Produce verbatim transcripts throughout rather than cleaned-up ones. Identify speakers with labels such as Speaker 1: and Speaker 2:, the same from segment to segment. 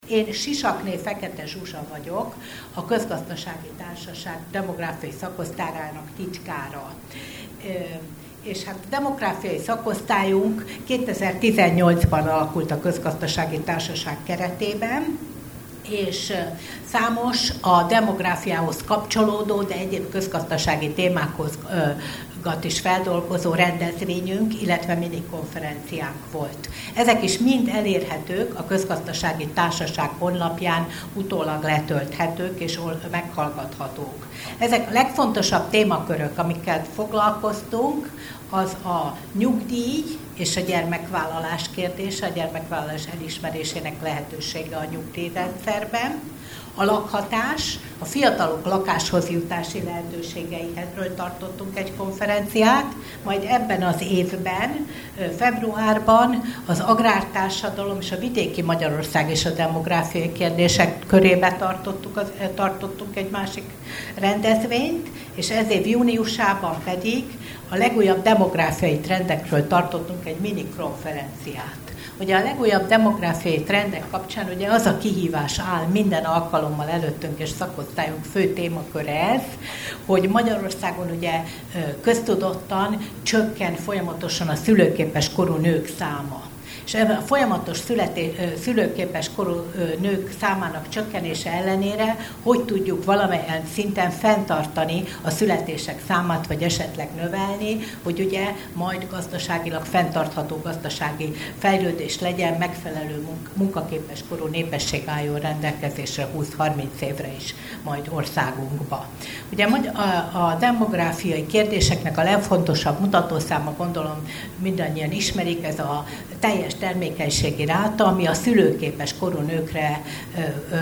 Speaker 1: Én Sisakné Fekete Zsuzsa vagyok, a Közgazdasági Társaság demográfiai szakosztályának titkára. És hát a demográfiai szakosztályunk kétezer-tizennyolcban alakult a Közgazdasági Társaság keretében, és számos a demográfiához kapcsolódó, de egyéb közgazdasági témákhoz is feldolgozó rendezvényünk, illetve minikonferenciánk volt. Ezek is mind elérhetők a Közgazdasági Társaság honlapján, utólag letölthetők és meghallgathatók. Ezek a legfontosabb témakörök, amikkel foglalkoztunk, az a nyugdíj és a gyermekvállalás kérdése, a gyermekvállalás elismerésének lehetősége a nyugdíjrendszerben, a lakhatás, a fiatalok lakáshoz jutási lehetőségeiről tartottunk egy konferenciát, majd ebben az évben, februárban az agrártársadalom és a vidéki Magyarország és a demográfiai kérdések körébe tartottuk, az, tartottunk egy másik rendezvényt, és ez év júniusában pedig a legújabb demográfiai trendekről tartottunk egy mini-konferenciát. Ugye a legújabb demográfiai trendek kapcsán ugye az a kihívás áll minden alkalommal előttünk, és szakosztályunk fő témaköre ez, hogy Magyarországon ugye köztudottan csökken folyamatosan a szülőképes korú nők száma. És ebben a folyamatos születé, szülőképes korú nők számának csökkenése ellenére, hogy tudjuk valamilyen szinten fenntartani a születések számát, vagy esetleg növelni, hogy ugye majd gazdaságilag fenntartható gazdasági fejlődés legyen, megfelelő munkaképes korú népesség álljon rendelkezésre húsz-harminc évre is majd országunkba. Ugye a demográfiai kérdéseknek a legfontosabb mutatószáma, gondolom mindannyian ismerik, ez a teljes termékenységi ráta, ami a szülőképes korú nőkre ö, ö,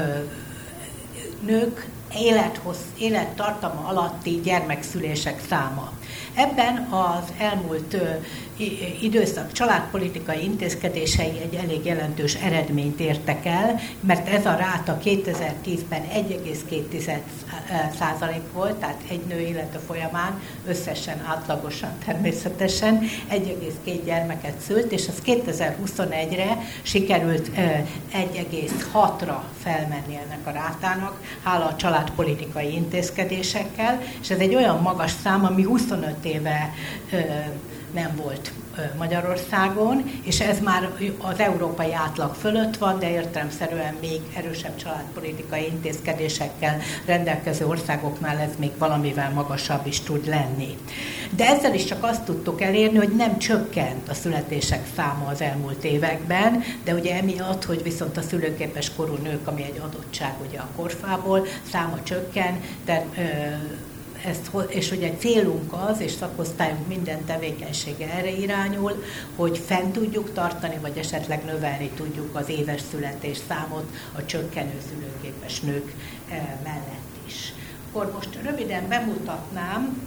Speaker 1: nők élethossz, élettartama alatti gyermekszülések száma. Ebben az elmúlt ö, időszak családpolitikai intézkedései egy elég jelentős eredményt értek el, mert ez a ráta kétezer-tízben egy egész két százalék volt, tehát egy nő élete folyamán összesen átlagosan természetesen egy egész két gyermeket szült, és az kétezer-huszonegyre sikerült egy egész hatra felmenni ennek a rátának, hála a családpolitikai intézkedésekkel, és ez egy olyan magas szám, ami huszonöt éve nem volt Magyarországon, és ez már az európai átlag fölött van, de értelemszerűen még erősebb családpolitikai intézkedésekkel rendelkező országoknál ez még valamivel magasabb is tud lenni. De ezzel is csak azt tudtuk elérni, hogy nem csökkent a születések száma az elmúlt években, de ugye emiatt, hogy viszont a szülőképes korú nők, ami egy adottság ugye a korfából, száma csökken, de Ezt, és ugye célunk az, és szakosztályunk minden tevékenysége erre irányul, hogy fent tudjuk tartani, vagy esetleg növelni tudjuk az éves születésszámot a csökkenő szülőképes nők mellett is. Akkor most röviden bemutatnám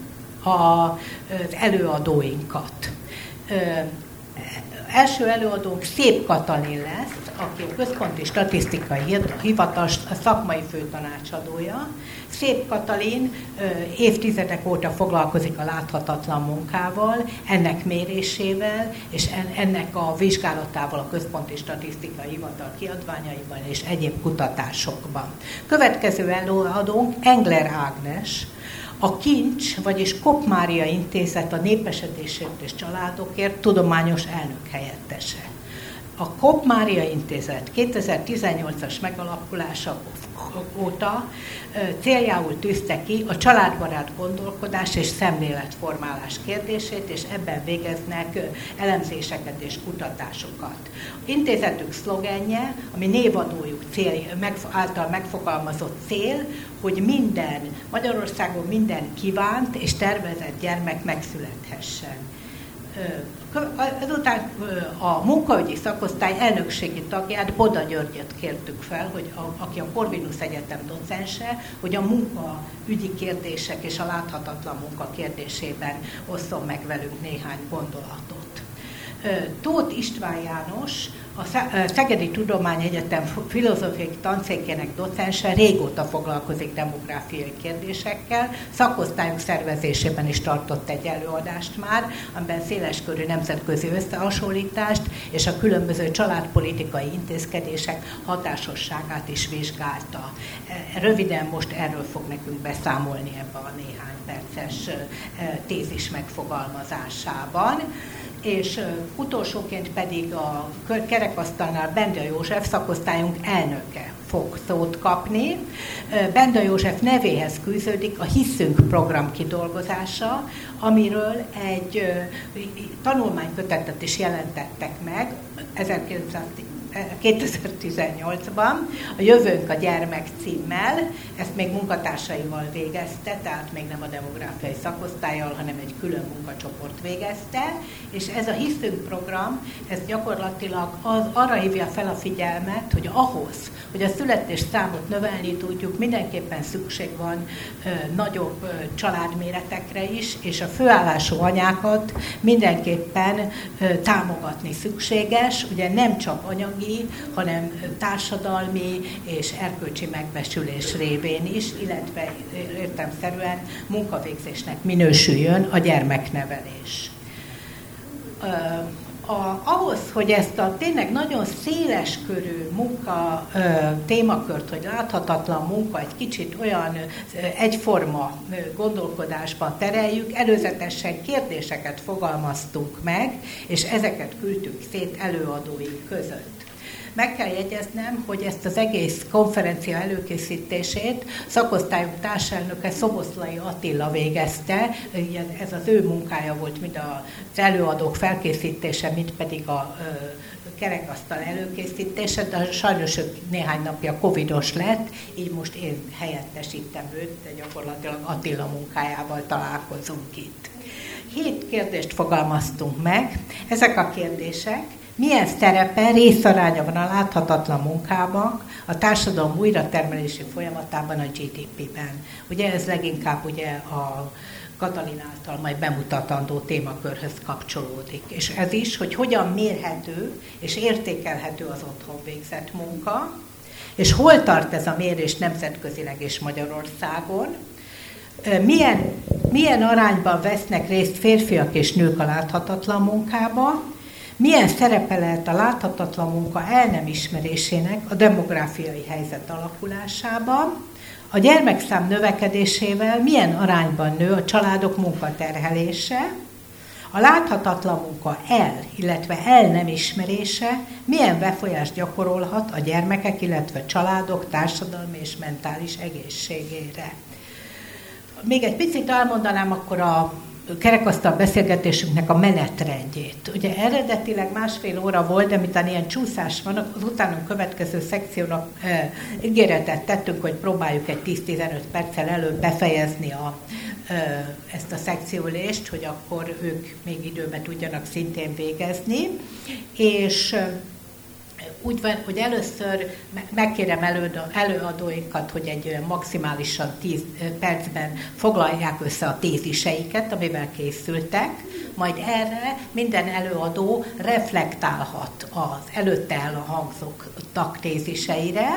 Speaker 1: az előadóinkat. Első előadónk Szép Katalin lesz, aki a Központi Statisztikai Hivatal szakmai főtanácsadója. Szép Katalin évtizedek óta foglalkozik a láthatatlan munkával, ennek mérésével, és ennek a vizsgálatával a Központi Statisztikai Hivatal kiadványaiban és egyéb kutatásokban. Következő előadónk Engler Ágnes, a Kincs, vagyis Kopp Mária Intézet a népesedésért és családokért tudományos elnök helyettese. A Kopp Mária Intézet kétezer-tizennyolcas megalakulása óta céljául tűzte ki a családbarát gondolkodás és szemléletformálás kérdését, és ebben végeznek elemzéseket és kutatásokat. Intézetük szlogenje, ami névadójuk cél, meg, által megfogalmazott cél, hogy minden, Magyarországon minden kívánt és tervezett gyermek megszülethessen. Ezután a munkaügyi szakosztály elnökségi tagját, Boda Györgyöt kértük fel, hogy a, aki a Corvinus Egyetem docense, hogy a munkaügyi kérdések és a láthatatlan munka kérdésében osszon meg velünk néhány gondolatot. Tóth István János, a Szegedi Tudományegyetem filozófiai tanszékének docense régóta foglalkozik demográfiai kérdésekkel, szakosztályok szervezésében is tartott egy előadást már, amiben széleskörű nemzetközi összehasonlítást és a különböző családpolitikai intézkedések hatásosságát is vizsgálta. Röviden most erről fog nekünk beszámolni ebben a néhány perces tézis megfogalmazásában. És utolsóként pedig a kerekasztalnál Benda József, szakosztályunk elnöke fog szót kapni. Benda József nevéhez fűződik a Hiszünk program kidolgozása, amiről egy tanulmánykötetet is jelentettek meg kétezer-tizennyolcban, a Jövőnk a gyermek címmel, ezt még munkatársaival végezte, tehát még nem a demográfiai szakosztállyal, hanem egy külön munkacsoport végezte, és ez a Hiszünk program, ez gyakorlatilag az, arra hívja fel a figyelmet, hogy ahhoz, hogy a születésszámot növelni tudjuk, mindenképpen szükség van ö, nagyobb ö, családméretekre is, és a főállású anyákat mindenképpen ö, támogatni szükséges, ugye nem csak anyagi, hanem társadalmi és erkölcsi megbecsülés révén is, illetve értelemszerűen munkavégzésnek minősüljön a gyermeknevelés. A, ahhoz, hogy ezt a tényleg nagyon széles körű munka ö, témakört, hogy láthatatlan munka egy kicsit olyan ö, egyforma ö, gondolkodásban tereljük, előzetesen kérdéseket fogalmaztunk meg, és ezeket küldtük szét előadóink között. Meg kell jegyeznem, hogy ezt az egész konferencia előkészítését szakosztályunk társelnöke Szoboszlai Attila végezte, ez az ő munkája volt, mind az előadók felkészítése, mind pedig a kerekasztal előkészítése, de sajnos ő néhány napja covidos lett, így most én helyettesítem őt, de gyakorlatilag Attila munkájával találkozunk itt. Hét kérdést fogalmaztunk meg, ezek a kérdések: milyen szerepe, részaránya van a láthatatlan munkában a társadalom újratermelési folyamatában a gé dé pében? Ugye ez leginkább ugye a Katalin által majd bemutatandó témakörhöz kapcsolódik. És ez is, hogy hogyan mérhető és értékelhető az otthon végzett munka, és hol tart ez a mérés nemzetközileg és Magyarországon, milyen, milyen arányban vesznek részt férfiak és nők a láthatatlan munkába, milyen szerepe lehet a láthatatlan munka el nem ismerésének a demográfiai helyzet alakulásában, a gyermekszám növekedésével milyen arányban nő a családok munkaterhelése, a láthatatlan munka el, illetve el nem ismerése milyen befolyást gyakorolhat a gyermekek, illetve családok társadalmi és mentális egészségére. Még egy picit elmondanám akkor a kerekasztal beszélgetésünknek a menetrendjét. Ugye eredetileg másfél óra volt, de miután ilyen csúszás van, az utánunk következő szekciónak e, ígéretet tettünk, hogy próbáljuk egy tíz-tizenöt perccel előbb befejezni a, e, ezt a szekciólést, hogy akkor ők még időben tudjanak szintén végezni. És úgy van, hogy először megkérem előadóinkat, hogy egy olyan maximálisan tíz percben foglalják össze a téziseiket, amivel készültek, majd erre minden előadó reflektálhat az előtte elhangzottak téziseire,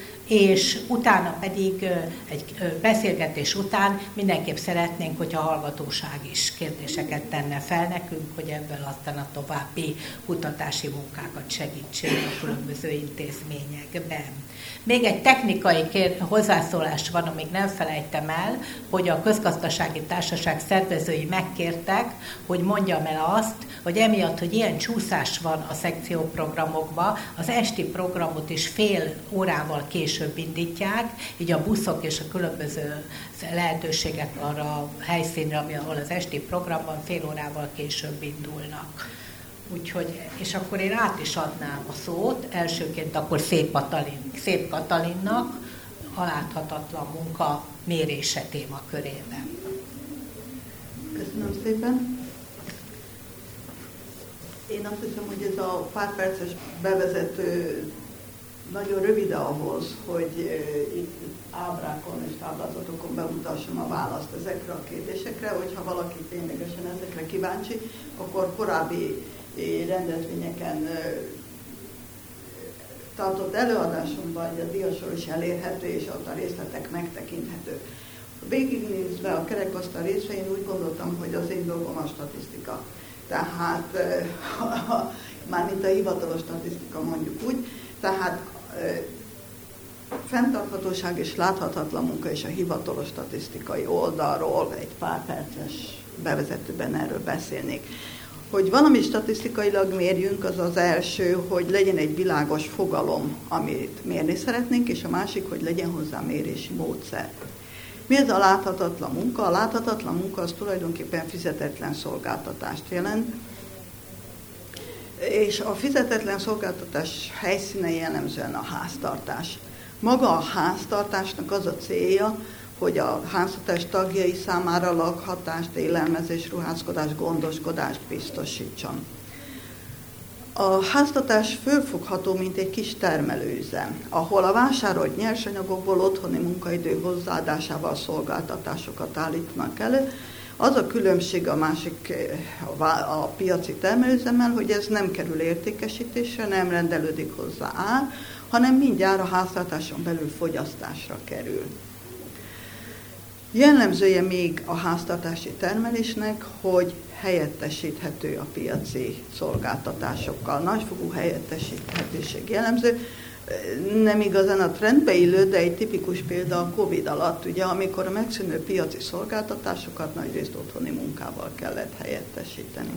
Speaker 1: és utána pedig egy beszélgetés után mindenképp szeretnénk, hogy a hallgatóság is kérdéseket tenne fel nekünk, hogy ebből aztán a további kutatási munkákat segítsen a különböző intézményekben. Még egy technikai kér- hozzászólás van, amíg nem felejtem el, hogy a Közgazdasági Társaság szervezői megkértek, hogy mondjam el azt, hogy emiatt, hogy ilyen csúszás van a szekcióprogramokban, az esti programot is fél órával később indítják, így a buszok és a különböző lehetőségek arra a helyszínre, ahol az esti programban fél órával később indulnak. Úgyhogy, és akkor én át is adnám a szót, elsőként akkor Szép, Katalin, Szép Katalinnak a láthatatlan munka mérése témakörében.
Speaker 2: Köszönöm szépen. Én azt hiszem, hogy ez a pár perces bevezető nagyon rövid ahhoz, hogy itt ábrákon és táblázatokon bemutassam a választ ezekre a kérdésekre, hogyha valaki ténylegesen ezekre kíváncsi, akkor korábbi rendezvényeken tartott előadásomban a diasor is elérhető, és ott a részletek megtekinthető. Végignézve a kerekasztal részre, én úgy gondoltam, hogy az én dolgom a statisztika. Tehát, mármint a hivatalos statisztika mondjuk úgy, tehát fenntarthatóság és láthatatlan munka és a hivatalos statisztikai oldalról egy pár perces bevezetőben erről beszélnék. Hogy valami statisztikailag mérjünk, az az első, hogy legyen egy világos fogalom, amit mérni szeretnénk, és a másik, hogy legyen hozzá mérési módszer. Mi ez a láthatatlan munka? A láthatatlan munka az tulajdonképpen fizetetlen szolgáltatást jelent, és a fizetetlen szolgáltatás helyszíne jellemzően a háztartás. Maga a háztartásnak az a célja, hogy a háztartás tagjai számára lakhatást, élelmezés, ruházkodást, gondoskodást biztosítson. A háztartás fölfogható, mint egy kis termelőüzem, ahol a vásárolt nyersanyagokból otthoni munkaidő hozzáadásával szolgáltatásokat állítanak elő. Az a különbség a másik a, a piaci termelőüzemmel, hogy ez nem kerül értékesítésre, nem rendelődik hozzá ár, hanem mindjárt a háztartáson belül fogyasztásra kerül. Jellemzője még a háztartási termelésnek, hogy helyettesíthető a piaci szolgáltatásokkal. Nagyfokú helyettesíthetőség jellemző. Nem igazán a trendbe illő, de egy tipikus példa a Covid alatt, ugye, amikor a megszűnő piaci szolgáltatásokat nagyrészt otthoni munkával kellett helyettesíteni.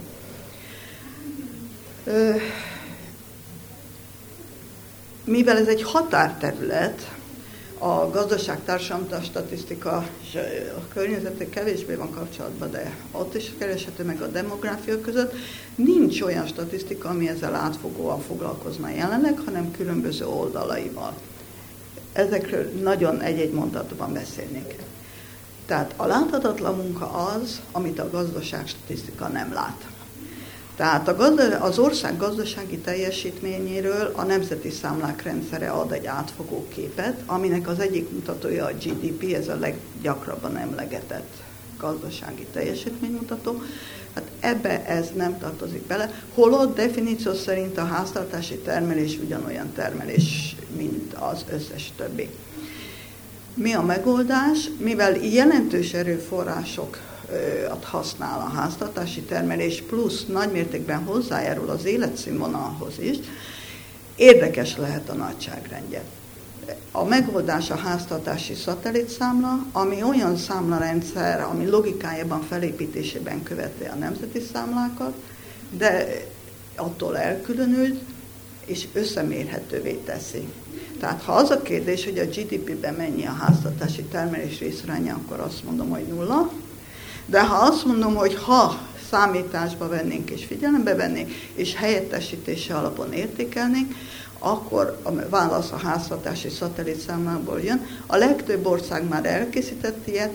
Speaker 2: Mivel ez egy határterület, a gazdaság, társadalom, statisztika és a környezetek kevésbé van kapcsolatban, de ott is kereshető meg a demográfia között. Nincs olyan statisztika, ami ezzel átfogóan foglalkozna jelenleg, hanem különböző oldalaival. Ezekről nagyon egy-egy mondatban beszélnék. Tehát a láthatatlan munka az, amit a gazdaság statisztika nem lát. Tehát a gazda, az ország gazdasági teljesítményéről a nemzeti számlák rendszere ad egy átfogó képet, aminek az egyik mutatója a gé dé pé, ez a leggyakrabban emlegetett gazdasági teljesítménymutató. Hát ebbe ez nem tartozik bele, holott definíció szerint a háztartási termelés ugyanolyan termelés, mint az összes többi. Mi a megoldás? Mivel jelentős erőforrások használ a háztartási termelés, plusz nagymértékben hozzájárul az életszínvonalhoz is, érdekes lehet a nagyságrendje. A megoldás a háztartási szatellitszámla, ami olyan számlarendszer, ami logikájában, felépítésében követi a nemzeti számlákat, de attól elkülönült és összemérhetővé teszi. Tehát ha az a kérdés, hogy a gé dé pében mennyi a háztartási termelés részaránya, akkor azt mondom, hogy nulla. De ha azt mondom, hogy ha számításba vennénk és figyelembe vennénk, és helyettesítési alapon értékelnénk, akkor a válasz a háztartási szatellitszámlából jön. A legtöbb ország már elkészített ilyet,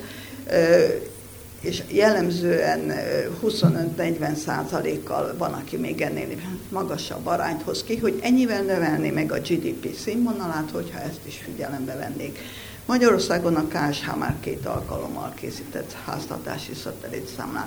Speaker 2: és jellemzően huszonöt-negyven százalékkal van, aki még ennél magasabb arányt hoz ki, hogy ennyivel növelné meg a gé dé pé színvonalát, hogyha ezt is figyelembe vennék. Magyarországon a ká es há már két alkalommal készített háztartási szatellitszámlát.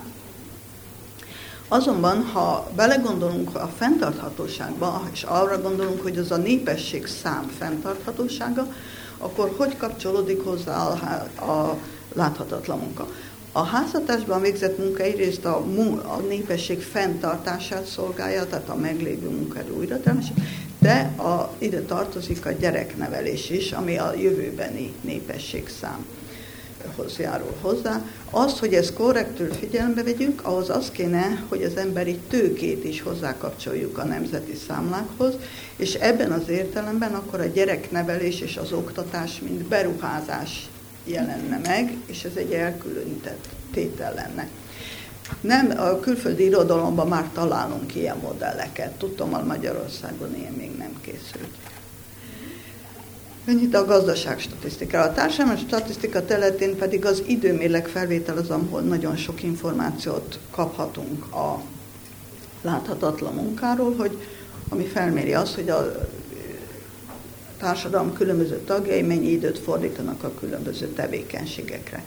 Speaker 2: Azonban, ha belegondolunk a fenntarthatóságba, és arra gondolunk, hogy az a népesség szám fenntarthatósága, akkor hogy kapcsolódik hozzá a, a láthatatlan munka? A háztartásban végzett munka egyrészt a, a népesség fenntartását szolgálja, tehát a meglévő munkaerő újratermelését, de a, ide tartozik a gyereknevelés is, ami a jövőbeni népességszámhoz járul hozzá. Azt, hogy ezt korrektül figyelembe vegyük, ahhoz az kéne, hogy az emberi tőkét is hozzákapcsoljuk a nemzeti számlákhoz, és ebben az értelemben akkor a gyereknevelés és az oktatás, mint beruházás jelenne meg, és ez egy elkülönített tétel lenne. Nem, a külföldi irodalomban már találunk ilyen modelleket, tudom, a Magyarországon ilyen még nem készült. Ennyit a gazdaságstatisztikára. A társadalmi statisztika területén pedig az időmérleg felvétel az, ahol nagyon sok információt kaphatunk a láthatatlan munkáról, hogy, ami felméri azt, hogy a társadalom különböző tagjai mennyi időt fordítanak a különböző tevékenységekre.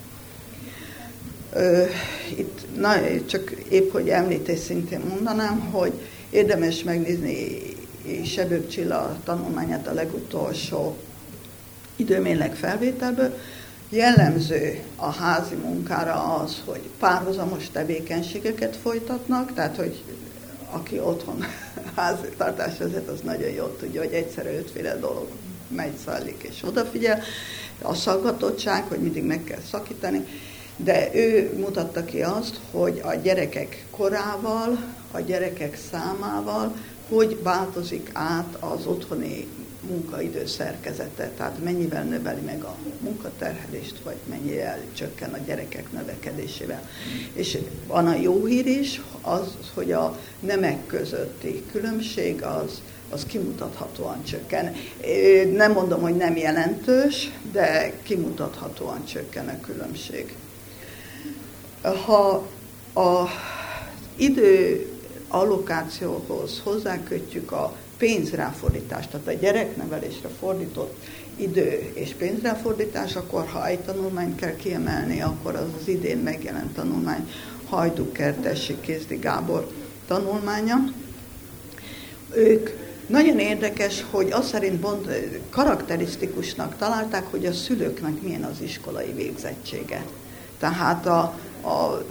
Speaker 2: Itt na, csak épp, hogy említés szintén mondanám, hogy érdemes megnézni Sebők Csilla tanulmányát, a legutolsó időmérleg felvételből. Jellemző a házi munkára az, hogy párhuzamos tevékenységeket folytatnak, tehát hogy aki otthon háztartást vezet, az nagyon jól tudja, hogy egyszerre ötféle dolog megy, szallik és odafigyel. A szaggatottság, hogy mindig meg kell szakítani, de ő mutatta ki azt, hogy a gyerekek korával, a gyerekek számával, hogy változik át az otthoni munkaidő szerkezete, tehát mennyivel növeli meg a munkaterhelést, vagy mennyivel csökken a gyerekek növekedésével. És van a jó hír is, az, hogy a nemek közötti különbség az, az kimutathatóan csökken. Nem mondom, hogy nem jelentős, de kimutathatóan csökken a különbség. Ha az idő allokációhoz hozzákötjük a pénzráfordítást, tehát a gyereknevelésre fordított idő és pénzráfordítás, akkor ha egy tanulmányt kell kiemelni, akkor az az idén megjelent tanulmány, Hajdú-Kertessy Kézdi Gábor tanulmánya. Ők nagyon érdekes, hogy azt szerint mond, karakterisztikusnak találták, hogy a szülőknek milyen az iskolai végzettsége. Tehát a, a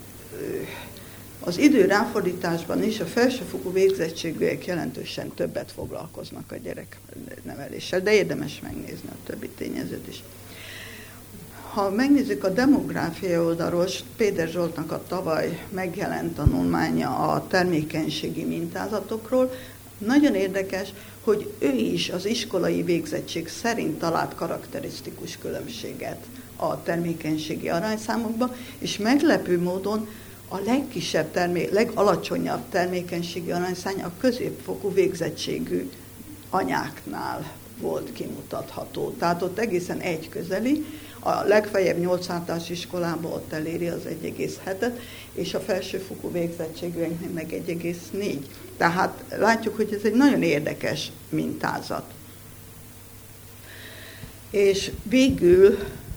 Speaker 2: Az idő ráfordításban is a felsőfokú végzettségűek jelentősen többet foglalkoznak a gyerekneveléssel, de érdemes megnézni a többi tényezőt is. Ha megnézzük a demográfiai oldalról, Péter Zsoltnak a tavaly megjelent tanulmánya a termékenységi mintázatokról, nagyon érdekes, hogy ő is az iskolai végzettség szerint talált karakterisztikus különbséget a termékenységi arányszámokban, és meglepő módon a legkisebb, termé- legalacsonyabb termékenységi arányszány a középfokú végzettségű anyáknál volt kimutatható. Tehát ott egészen egy közeli, a legfeljebb nyolc általános iskolában ott eléri az egy egész hetet, és a felsőfokú végzettségűeknél meg egy egész négy. Tehát látjuk, hogy ez egy nagyon érdekes mintázat. És végül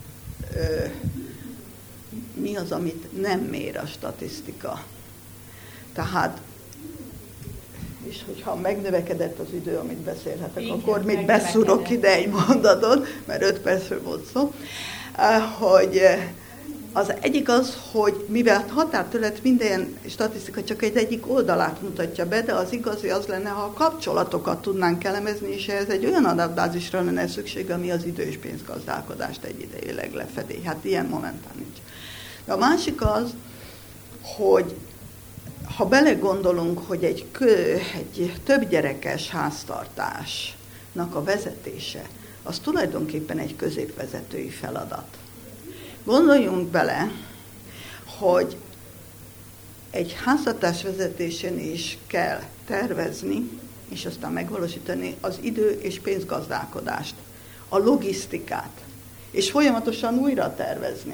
Speaker 2: mi az, amit nem mér a statisztika. Tehát, és hogyha megnövekedett az idő, amit beszélhetek, igen, akkor még beszúrok ide egy mondatot, mert öt percről volt szó, hogy az egyik az, hogy mivel határtölet minden statisztika csak egy egyik oldalát mutatja be, de az igazi az lenne, ha a kapcsolatokat tudnánk elemezni, és ez egy olyan adatbázisra lenne szükség, ami az idő és pénzgazdálkodást egyidejűleg lefedi. Hát ilyen momentán nincs. De a másik az, hogy ha belegondolunk, hogy egy, kö, egy több gyerekes háztartásnak a vezetése, az tulajdonképpen egy középvezetői feladat. Gondoljunk bele, hogy egy háztartás vezetésén is kell tervezni, és aztán megvalósítani az idő- és pénzgazdálkodást, a logisztikát, és folyamatosan újra tervezni.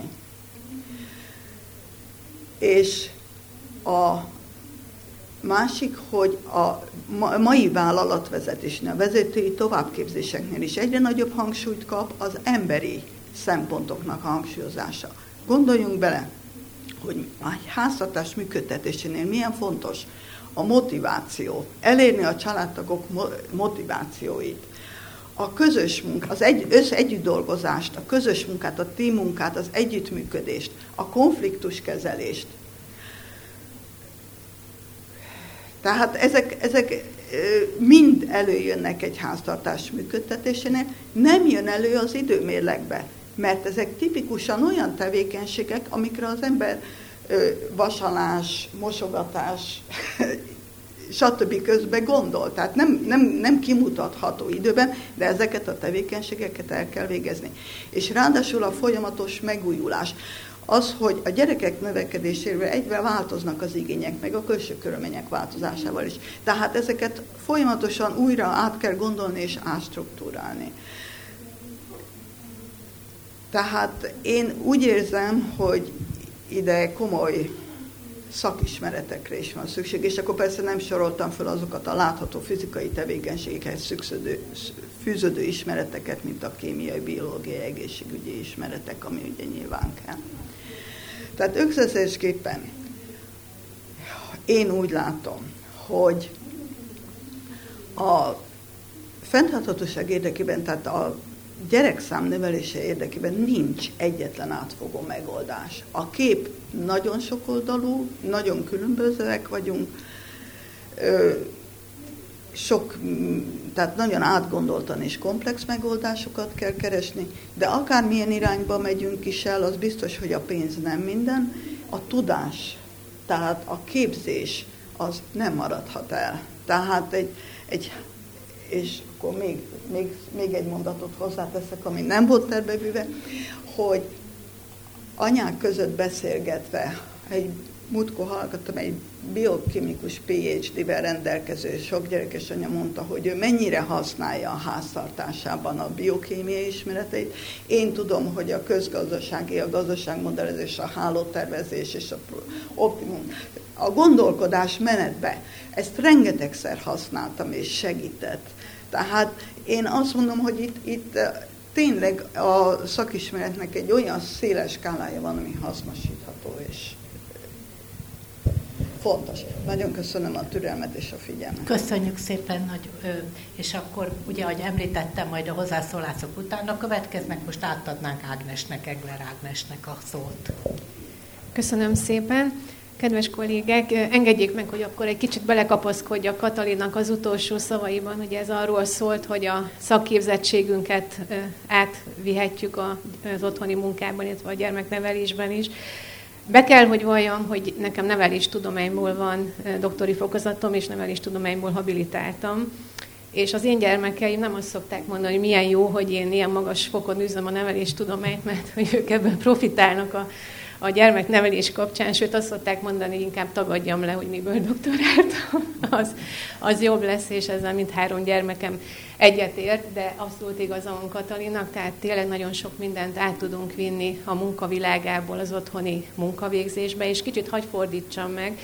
Speaker 2: És a másik, hogy a mai vállalatvezetésnél, a vezetői továbbképzéseknél is egyre nagyobb hangsúlyt kap az emberi szempontoknak a hangsúlyozása. Gondoljunk bele, hogy a háztartás működtetésénél milyen fontos a motiváció, elérni a családtagok motivációit, a közös munkát, az egy, össz együtt dolgozást, a közös munkát, a team munkát, az együttműködést, a konfliktuskezelést. Tehát ezek, ezek mind előjönnek egy háztartás működtetésénél, nem jön elő az időmérlegbe, mert ezek tipikusan olyan tevékenységek, amikre az ember vasalás, mosogatás, stb. Közben gondol. Tehát nem, nem, nem kimutatható időben, de ezeket a tevékenységeket el kell végezni. És ráadásul a folyamatos megújulás. Az, hogy a gyerekek növekedésével egyben változnak az igények, meg a külső körülmények változásával is. Tehát ezeket folyamatosan újra át kell gondolni és átstruktúrálni. Tehát én úgy érzem, hogy ide komoly szakismeretekre is van szükség, és akkor persze nem soroltam fel azokat a látható fizikai tevékenységekhez szüksződő, fűződő ismereteket, mint a kémiai, biológiai, egészségügyi ismeretek, ami ugye nyilván kell. Tehát összességképpen én úgy látom, hogy a fenntarthatóság érdekében, tehát a gyerekszám növelése érdekében nincs egyetlen átfogó megoldás. A kép nagyon sokoldalú, nagyon különbözőek vagyunk, sok, tehát nagyon átgondoltan és komplex megoldásokat kell keresni, de akármilyen irányba megyünk is el, az biztos, hogy a pénz nem minden, a tudás, tehát a képzés, az nem maradhat el. Tehát egy, egy és akkor még, még, még egy mondatot hozzáteszek, ami nem volt tervbevűve, hogy anyák között beszélgetve, egy múltkor hallgattam, egy biokimikus pé há dé-vel rendelkező sok gyerekes anya mondta, hogy ő mennyire használja a háztartásában a biokémiai ismereteit. Én tudom, hogy a közgazdasági, a gazdaságmodellezés, a hálótervezés és a optimum, a gondolkodás menetbe, ezt rengetegszer használtam és segített. Tehát én azt mondom, hogy itt, itt tényleg a szakismeretnek egy olyan széles skálája van, ami hasznosítható és fontos. Nagyon köszönöm a türelmet és a figyelmet.
Speaker 1: Köszönjük szépen, nagy, és akkor ugye, ahogy említettem, majd a hozzászólások utána következnek, most átadnánk Ágnesnek, Egler Ágnesnek a szót.
Speaker 3: Köszönöm szépen. Kedves kollégák, engedjék meg, hogy akkor egy kicsit belekapaszkodjak Katalinnak az utolsó szavaiban. Ugye ez arról szólt, hogy a szakképzettségünket átvihetjük az otthoni munkában, illetve a gyermeknevelésben is. Be kell, hogy valljam, hogy nekem neveléstudományból van doktori fokozatom, és neveléstudományból habilitáltam. És az én gyermekeim nem azt szokták mondani, hogy milyen jó, hogy én ilyen magas fokon űzöm a neveléstudományt, mert hogy ők ebben profitálnak a a gyermeknevelés kapcsán, sőt azt szokták mondani, hogy inkább tagadjam le, hogy miből doktoráltam, az, az jobb lesz, és ezzel mindhárom gyermekem egyetért, de abszolút igazam Katalinnak, tehát tényleg nagyon sok mindent át tudunk vinni a munkavilágából az otthoni munkavégzésbe, és kicsit hagy fordítsam meg.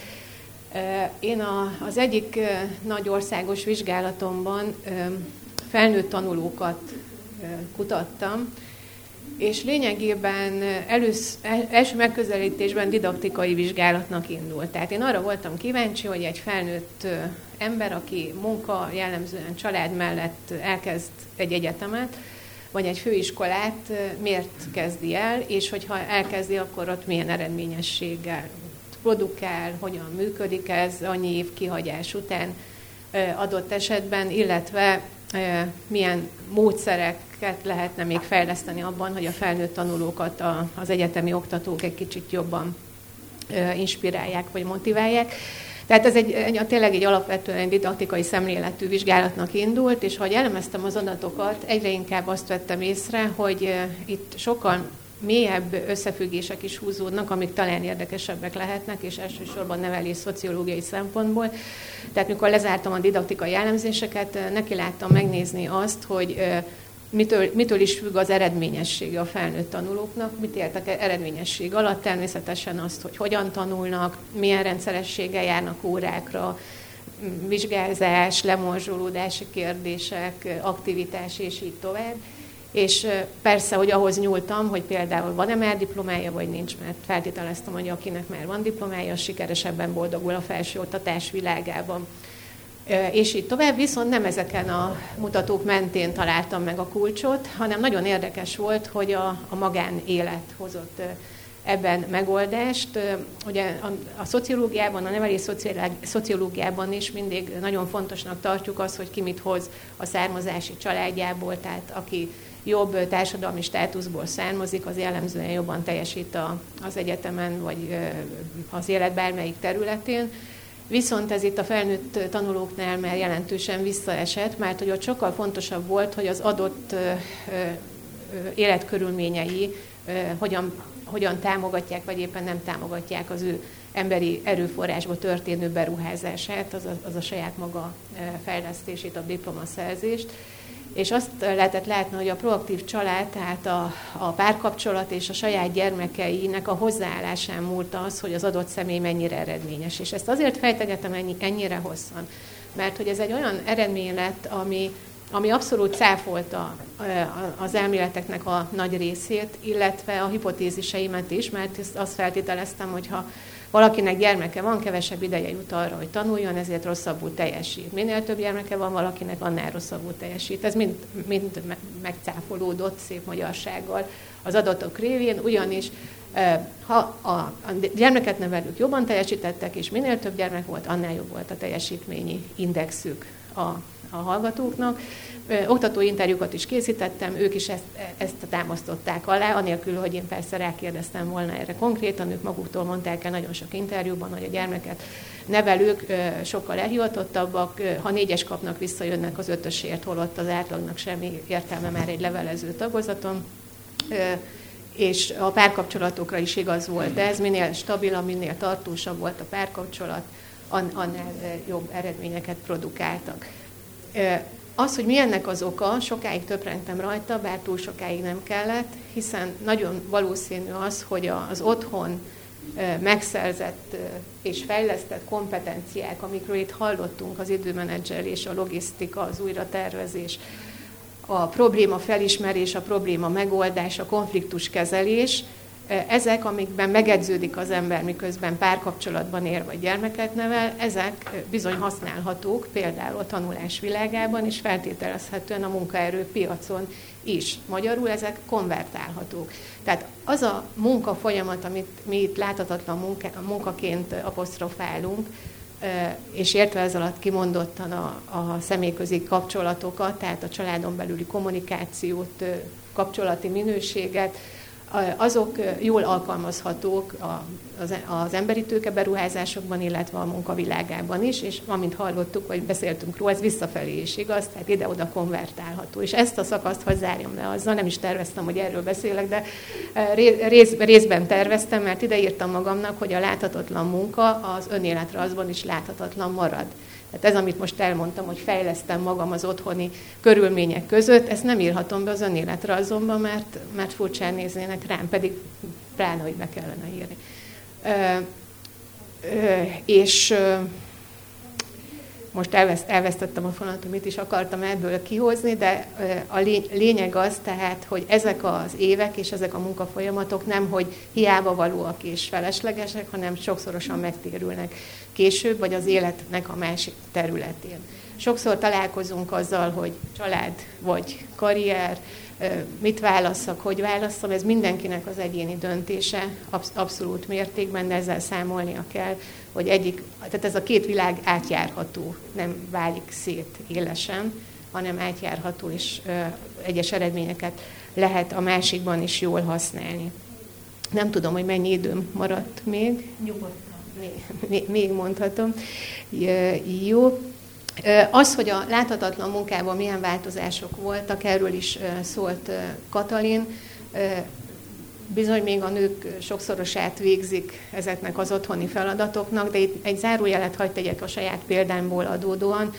Speaker 3: Én a, az egyik nagy országos vizsgálatomban felnőtt tanulókat kutattam, és lényegében elősz, első megközelítésben didaktikai vizsgálatnak indult. Tehát én arra voltam kíváncsi, hogy egy felnőtt ember, aki munka, jellemzően család mellett elkezd egy egyetemet, vagy egy főiskolát, miért kezdi el, és hogyha elkezdi, akkor ott milyen eredményességgel produkál, hogyan működik ez annyi év kihagyás után adott esetben, illetve milyen módszereket lehetne még fejleszteni abban, hogy a felnőtt tanulókat az egyetemi oktatók egy kicsit jobban inspirálják vagy motiválják. Tehát ez egy, egy, tényleg egy alapvetően egy didaktikai szemléletű vizsgálatnak indult, és ahogy elemeztem az adatokat, egyre inkább azt vettem észre, hogy itt sokkal mélyebb összefüggések is húzódnak, amik talán érdekesebbek lehetnek, és elsősorban nevelés szociológiai szempontból. Tehát mikor lezártam a didaktikai elemzéseket, neki láttam megnézni azt, hogy mitől, mitől is függ az eredményessége a felnőtt tanulóknak, mit értek eredményesség alatt, természetesen azt, hogy hogyan tanulnak, milyen rendszerességgel járnak órákra, vizsgázás, lemorzsolódási kérdések, aktivitás, és így tovább. És persze, hogy ahhoz nyúltam, hogy például van-e már diplomája, vagy nincs, mert feltételeztem, hogy akinek már van diplomája, az sikeresebben boldogul a felsőoktatás világában. És így tovább, viszont nem ezeken a mutatók mentén találtam meg a kulcsot, hanem nagyon érdekes volt, hogy a, a magánélet hozott ebben megoldást. Ugye a, a szociológiában, a nevelés szociológiában is mindig nagyon fontosnak tartjuk azt, hogy ki mit hoz a származási családjából, tehát aki jobb társadalmi státuszból származik, az jellemzően jobban teljesít a, az egyetemen, vagy az élet bármelyik területén. Viszont ez itt a felnőtt tanulóknál már jelentősen visszaesett, mert hogy ott sokkal fontosabb volt, hogy az adott életkörülményei hogyan, hogyan támogatják, vagy éppen nem támogatják az ő emberi erőforrásba történő beruházását, az a, az a saját maga fejlesztését, a diplomaszerzést. És azt lehetett látni, hogy a proaktív család, tehát a, a párkapcsolat és a saját gyermekeinek a hozzáállásán múlt az, hogy az adott személy mennyire eredményes. És ezt azért fejtegetem ennyi, ennyire hosszan, mert hogy ez egy olyan eredmény lett, ami ami abszolút cáfolta az elméleteknek a nagy részét, illetve a hipotéziseimet is, mert azt feltételeztem, hogy ha valakinek gyermeke van, kevesebb ideje jut arra, hogy tanuljon, ezért rosszabbul teljesít. Minél több gyermeke van valakinek, annál rosszabbul teljesít. Ez mind, mind megcáfolódott szép magyarsággal az adatok révén, ugyanis ha a gyermeket nevelők jobban teljesítettek, és minél több gyermek volt, annál jobb volt a teljesítményi indexük a, a hallgatóknak. Oktató interjúkat is készítettem, ők is ezt, ezt támasztották alá, anélkül, hogy én persze rákérdeztem volna erre konkrétan, ők maguktól mondták el nagyon sok interjúban, hogy a gyermeket nevelők sokkal elhivatottabbak, ha négyes kapnak, visszajönnek az ötösért, holott az átlagnak semmi értelme már egy levelező tagozaton. És a párkapcsolatokra is igaz volt, de ez minél stabilabb, minél tartósabb volt a párkapcsolat, annál jobb eredményeket produkáltak. Az, hogy mi ennek az oka, sokáig töprengtem rajta, bár túl sokáig nem kellett, hiszen nagyon valószínű az, hogy az otthon megszerzett és fejlesztett kompetenciák, amikről itt hallottunk, az időmenedzselés, a logisztika, az újratervezés, a probléma felismerés, a probléma megoldás, a konfliktuskezelés, ezek, amikben megedződik az ember, miközben párkapcsolatban él vagy gyermeket nevel, ezek bizony használhatók például a tanulás világában, és feltételezhetően a munkaerőpiacon is. Magyarul ezek konvertálhatók. Tehát az a munkafolyamat, amit mi itt láthatatlan munka, munkaként apostrofálunk, és értve ez alatt kimondottan a, a személyközi kapcsolatokat, tehát a családon belüli kommunikációt, kapcsolati minőséget, azok jól alkalmazhatók az, az emberi tőkeberuházásokban, illetve a munkavilágában is, és amint hallottuk, vagy beszéltünk róla, ez visszafelé is igaz, tehát ide-oda konvertálható. És ezt a szakaszt, hogy zárjam le azzal, nem is terveztem, hogy erről beszélek, de rész, részben terveztem, mert ide írtam magamnak, hogy a láthatatlan munka az önéletrajzban is láthatatlan marad. Tehát ez, amit most elmondtam, hogy fejlesztem magam az otthoni körülmények között, ezt nem írhatom be az önéletrajzomba, mert, mert furcsán néznének rám, pedig pláne, hogy be kellene írni. Ö, ö, és ö, most elveszt, elvesztettem a fonatot, mit is akartam ebből kihozni, de a lényeg az tehát, hogy ezek az évek és ezek a munkafolyamatok nem, hogy hiába valóak és feleslegesek, hanem sokszorosan megtérülnek később, vagy az életnek a másik területén. Sokszor találkozunk azzal, hogy család vagy karrier, mit válasszak, hogy válasszam, ez mindenkinek az egyéni döntése, abszolút mértékben, de ezzel számolnia kell, hogy egyik, tehát ez a két világ átjárható, nem válik szét élesen, hanem átjárható, és egyes eredményeket lehet a másikban is jól használni. Nem tudom, hogy mennyi időm maradt még.
Speaker 1: Nyugodtan.
Speaker 3: Még, még mondhatom. Jó. Az, hogy a láthatatlan munkában milyen változások voltak, erről is szólt Katalin. Bizony még a nők sokszorosát végzik ezeknek az otthoni feladatoknak, de itt egy zárójelet hadd tegyek a saját példámból adódóan.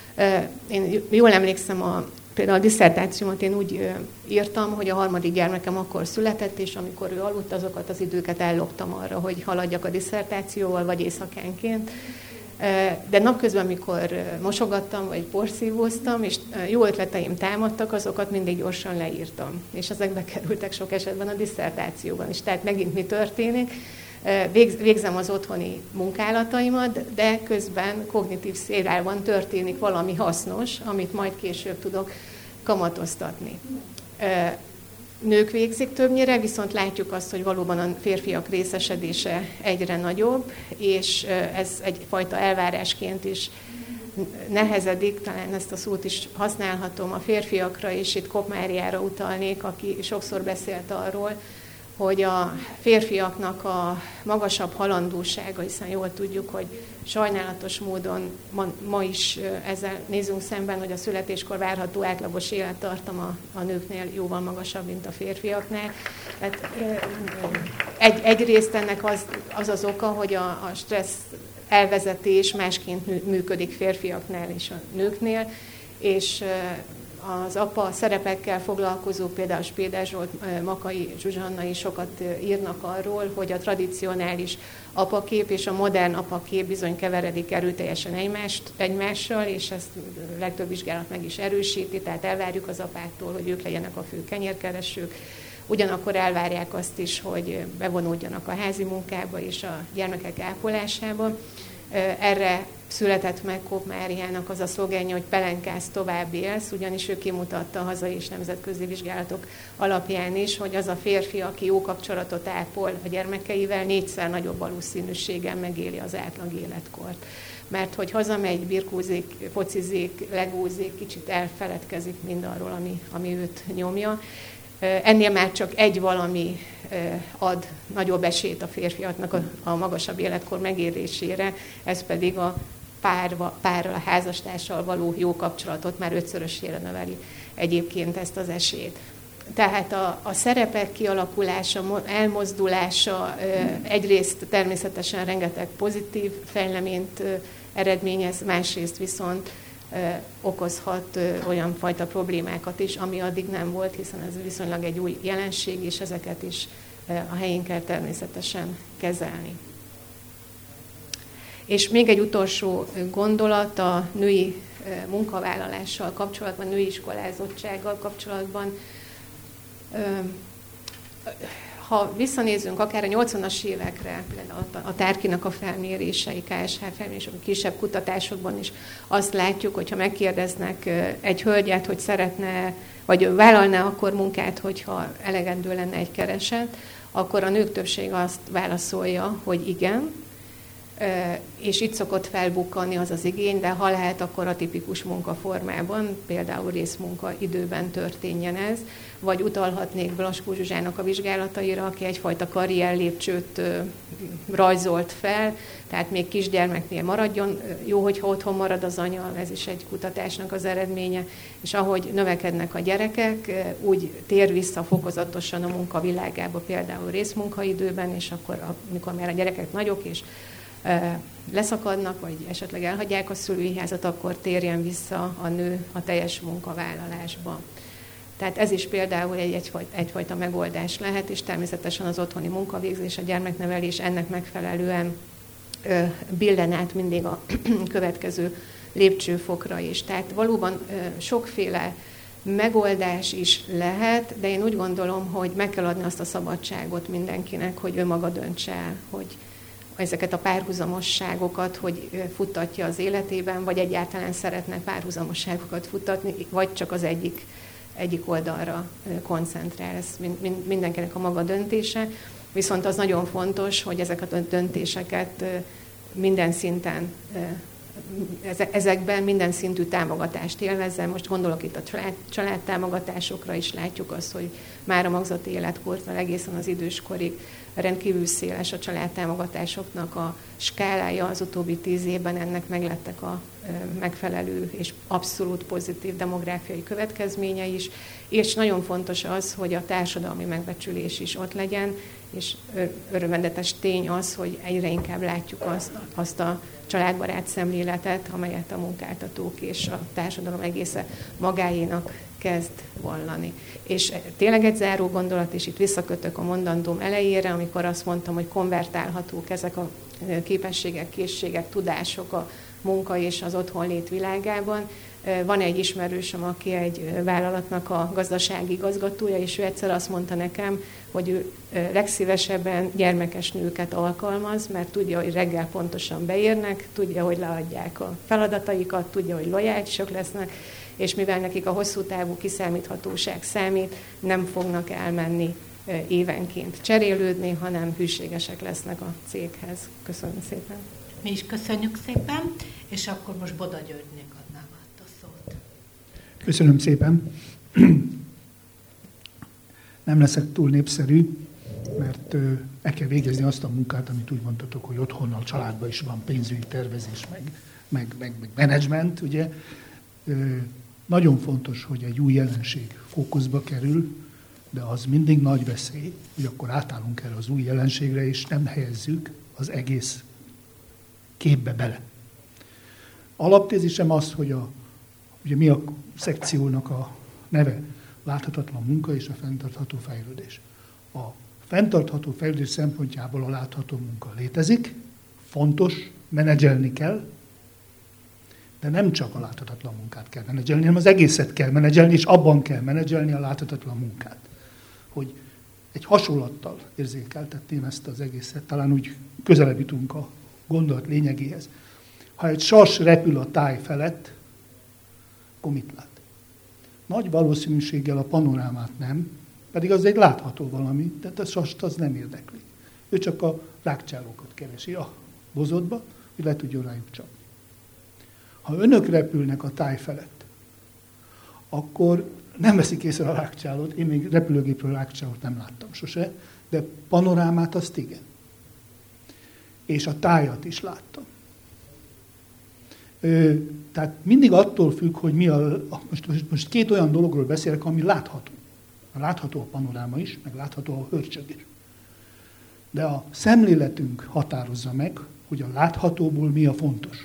Speaker 3: Én jól emlékszem, a, például a disszertációmat én úgy írtam, hogy a harmadik gyermekem akkor született, és amikor ő aludt, azokat az időket elloptam arra, hogy haladjak a disszertációval, vagy éjszakánként. De napközben, amikor mosogattam, vagy porszívóztam, és jó ötleteim támadtak, azokat mindig gyorsan leírtam. És ezek bekerültek sok esetben a disszertációban is. Tehát megint mi történik? Végzem az otthoni munkálataimat, de közben kognitív szférában történik valami hasznos, amit majd később tudok kamatoztatni. Nők végzik többnyire, viszont látjuk azt, hogy valóban a férfiak részesedése egyre nagyobb, és ez egyfajta elvárásként is nehezedik, talán ezt a szót is használhatom a férfiakra, és itt Kopp-Máriára utalnék, aki sokszor beszélt arról, hogy a férfiaknak a magasabb halandósága, hiszen jól tudjuk, hogy sajnálatos módon ma, ma is ezzel nézzünk szemben, hogy a születéskor várható átlagos élettartama a nőknél jóval magasabb, mint a férfiaknál. Tehát egy, egyrészt ennek az, az az oka, hogy a, a stressz elvezetés másként működik férfiaknál és a nőknél, és az apa szerepekkel foglalkozó, például Spéder Zsolt, Makai Zsuzsanna is sokat írnak arról, hogy a tradicionális apakép és a modern apakép bizony keveredik erőteljesen egymást, egymással, és ezt a legtöbb vizsgálat meg is erősíti, tehát elvárjuk az apáktól, hogy ők legyenek a fő kenyérkeresők. Ugyanakkor elvárják azt is, hogy bevonódjanak a házi munkába és a gyermekek ápolásába. Erre született meg Kopp Máriának az a szlogenje, hogy pelenkázz, tovább élsz, ugyanis ő kimutatta a hazai és nemzetközi vizsgálatok alapján is, hogy az a férfi, aki jó kapcsolatot ápol a gyermekeivel, négyszer nagyobb valószínűséggel megéli az átlag életkort. Mert hogy hazamegy, birkózik, focizik, legózik, kicsit elfeledkezik mindarról, ami, ami őt nyomja. Ennél már csak egy valami ad nagyobb esélyt a férfiaknak a, a magasabb életkor megélésére, ez pedig a párva, párral, a házastársal való jó kapcsolatot már ötszörösére növeli egyébként ezt az esélyt. Tehát a, a szerepek kialakulása, elmozdulása egyrészt természetesen rengeteg pozitív fejleményt eredményez, másrészt viszont okozhat olyan fajta problémákat is, ami addig nem volt, hiszen ez viszonylag egy új jelenség, és ezeket is a helyén kell természetesen kezelni. És még egy utolsó gondolat a női munkavállalással kapcsolatban, női iskolázottsággal kapcsolatban. Ha visszanézünk akár a nyolcvanas évekre, például a Tárkinak a felmérései, ká es há felmérések, a kisebb kutatásokban is azt látjuk, hogyha megkérdeznek egy hölgyet, hogy szeretne, vagy vállalná akkor munkát, hogyha elegendő lenne egy kereset, akkor a nők többsége azt válaszolja, hogy igen, és itt szokott felbukkani az az igény, de ha lehet, akkor a tipikus munkaformában, például részmunka időben történjen ez, vagy utalhatnék Blaskó Zsuzsának a vizsgálataira, aki egyfajta karrier lépcsőt rajzolt fel, tehát még kisgyermeknél maradjon, jó, hogyha otthon marad az anya, ez is egy kutatásnak az eredménye, és ahogy növekednek a gyerekek, úgy tér vissza fokozatosan a munkavilágába, például részmunkaidőben, és akkor, amikor már a gyerekek nagyok, és leszakadnak, vagy esetleg elhagyják a szülői házat, akkor térjen vissza a nő a teljes munkavállalásba. Tehát ez is például egy, egyfajta, egyfajta megoldás lehet, és természetesen az otthoni munkavégzés, a gyermeknevelés ennek megfelelően ö, billen át mindig a következő lépcsőfokra is. Tehát valóban ö, sokféle megoldás is lehet, de én úgy gondolom, hogy meg kell adni azt a szabadságot mindenkinek, hogy ő maga döntse el, hogy ezeket a párhuzamosságokat, hogy futtatja az életében, vagy egyáltalán szeretne párhuzamosságokat futtatni, vagy csak az egyik, egyik oldalra koncentrál. Ez mindenkinek a maga döntése. Viszont az nagyon fontos, hogy ezeket a döntéseket minden szinten, ezekben minden szintű támogatást élvezzen. Most gondolok itt a család, családtámogatásokra is, látjuk azt, hogy már a magzati életkortól egészen az időskorig rendkívül széles a családtámogatásoknak a skálája, az utóbbi tíz évben ennek meglettek a megfelelő és abszolút pozitív demográfiai következménye is, és nagyon fontos az, hogy a társadalmi megbecsülés is ott legyen, és örvendetes tény az, hogy egyre inkább látjuk azt, azt a családbarát szemléletet, amelyet a munkáltatók és a társadalom egésze magáénak kezd vallani. És tényleg egy záró gondolat, és itt visszakötök a mondandóm elejére, amikor azt mondtam, hogy konvertálhatók ezek a képességek, készségek, tudások a munka és az otthonlét világában. Van egy ismerősöm, aki egy vállalatnak a gazdasági igazgatója, és ő egyszer azt mondta nekem, hogy ő legszívesebben gyermekes nőket alkalmaz, mert tudja, hogy reggel pontosan beérnek, tudja, hogy leadják a feladataikat, tudja, hogy lojálisak lesznek, és mivel nekik a hosszú távú kiszámíthatóság számít, nem fognak elmenni évenként cserélődni, hanem hűségesek lesznek a céghez. Köszönöm szépen.
Speaker 1: Mi is köszönjük szépen, és akkor most Boda Györgynek adnám át a szót.
Speaker 4: Köszönöm szépen. Nem leszek túl népszerű, mert el kell végezni azt a munkát, amit úgy mondtatok, hogy otthonnal, családban is van pénzügyi tervezés, meg, meg, meg, meg menedzsment, ugye. Nagyon fontos, hogy egy új jelenség fókuszba kerül, de az mindig nagy veszély, hogy akkor átállunk erre az új jelenségre, és nem helyezzük az egész képbe bele. Alaptézisem az, hogy a, ugye mi a szekciónak a neve láthatatlan munka és a fenntartható fejlődés. A fenntartható fejlődés szempontjából a látható munka létezik, fontos, menedzselni kell, de nem csak a láthatatlan munkát kell menedzselni, hanem az egészet kell menedzselni, és abban kell menedzselni a láthatatlan munkát. Hogy egy hasonlattal érzékeltetném ezt az egészet, talán úgy közelebb jutunk a gondolat lényegéhez. Ha egy sas repül a táj felett, akkor mit lát? Nagy valószínűséggel a panorámát nem, pedig az egy látható valami, tehát a sast az nem érdekli. Ő csak a rákcsálókat keresi a bozotba, hogy le tudjon rájuk csapni. Ha önök repülnek a táj felett, akkor nem veszik észre a rákcsálót, én még repülőgépről rákcsálót nem láttam sose, de panorámát azt igen. És a tájat is láttam. Ö, tehát mindig attól függ, hogy mi a... Most, most, most két olyan dologról beszélek, ami látható. Látható a panoráma is, meg látható a hörcsög is. De a szemléletünk határozza meg, hogy a láthatóból mi a fontos.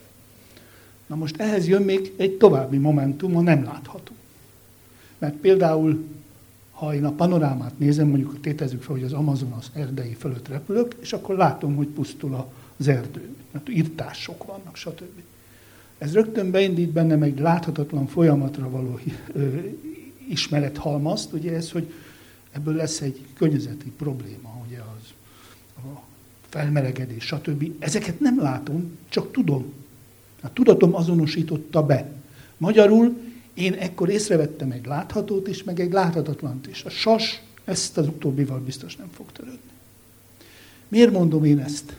Speaker 4: Na most ehhez jön még egy további momentum, a nem látható. Mert például, ha én a panorámát nézem, mondjuk tétezzük fel, hogy az Amazonas erdei fölött repülök, és akkor látom, hogy pusztul az erdő, mert irtások vannak, stb. Ez rögtön beindít bennem egy láthatatlan folyamatra való ö, ismerethalmazt, ugye ez, hogy ebből lesz egy környezeti probléma, ugye az a felmelegedés, stb. Ezeket nem látom, csak tudom. A tudatom azonosította be. Magyarul én ekkor észrevettem egy láthatót is, meg egy láthatatlant is. A sas ezt az utóbbival biztos nem fog törődni. Miért mondom én ezt?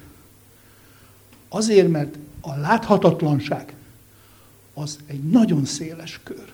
Speaker 4: Azért, mert a láthatatlanság az egy nagyon széles kör.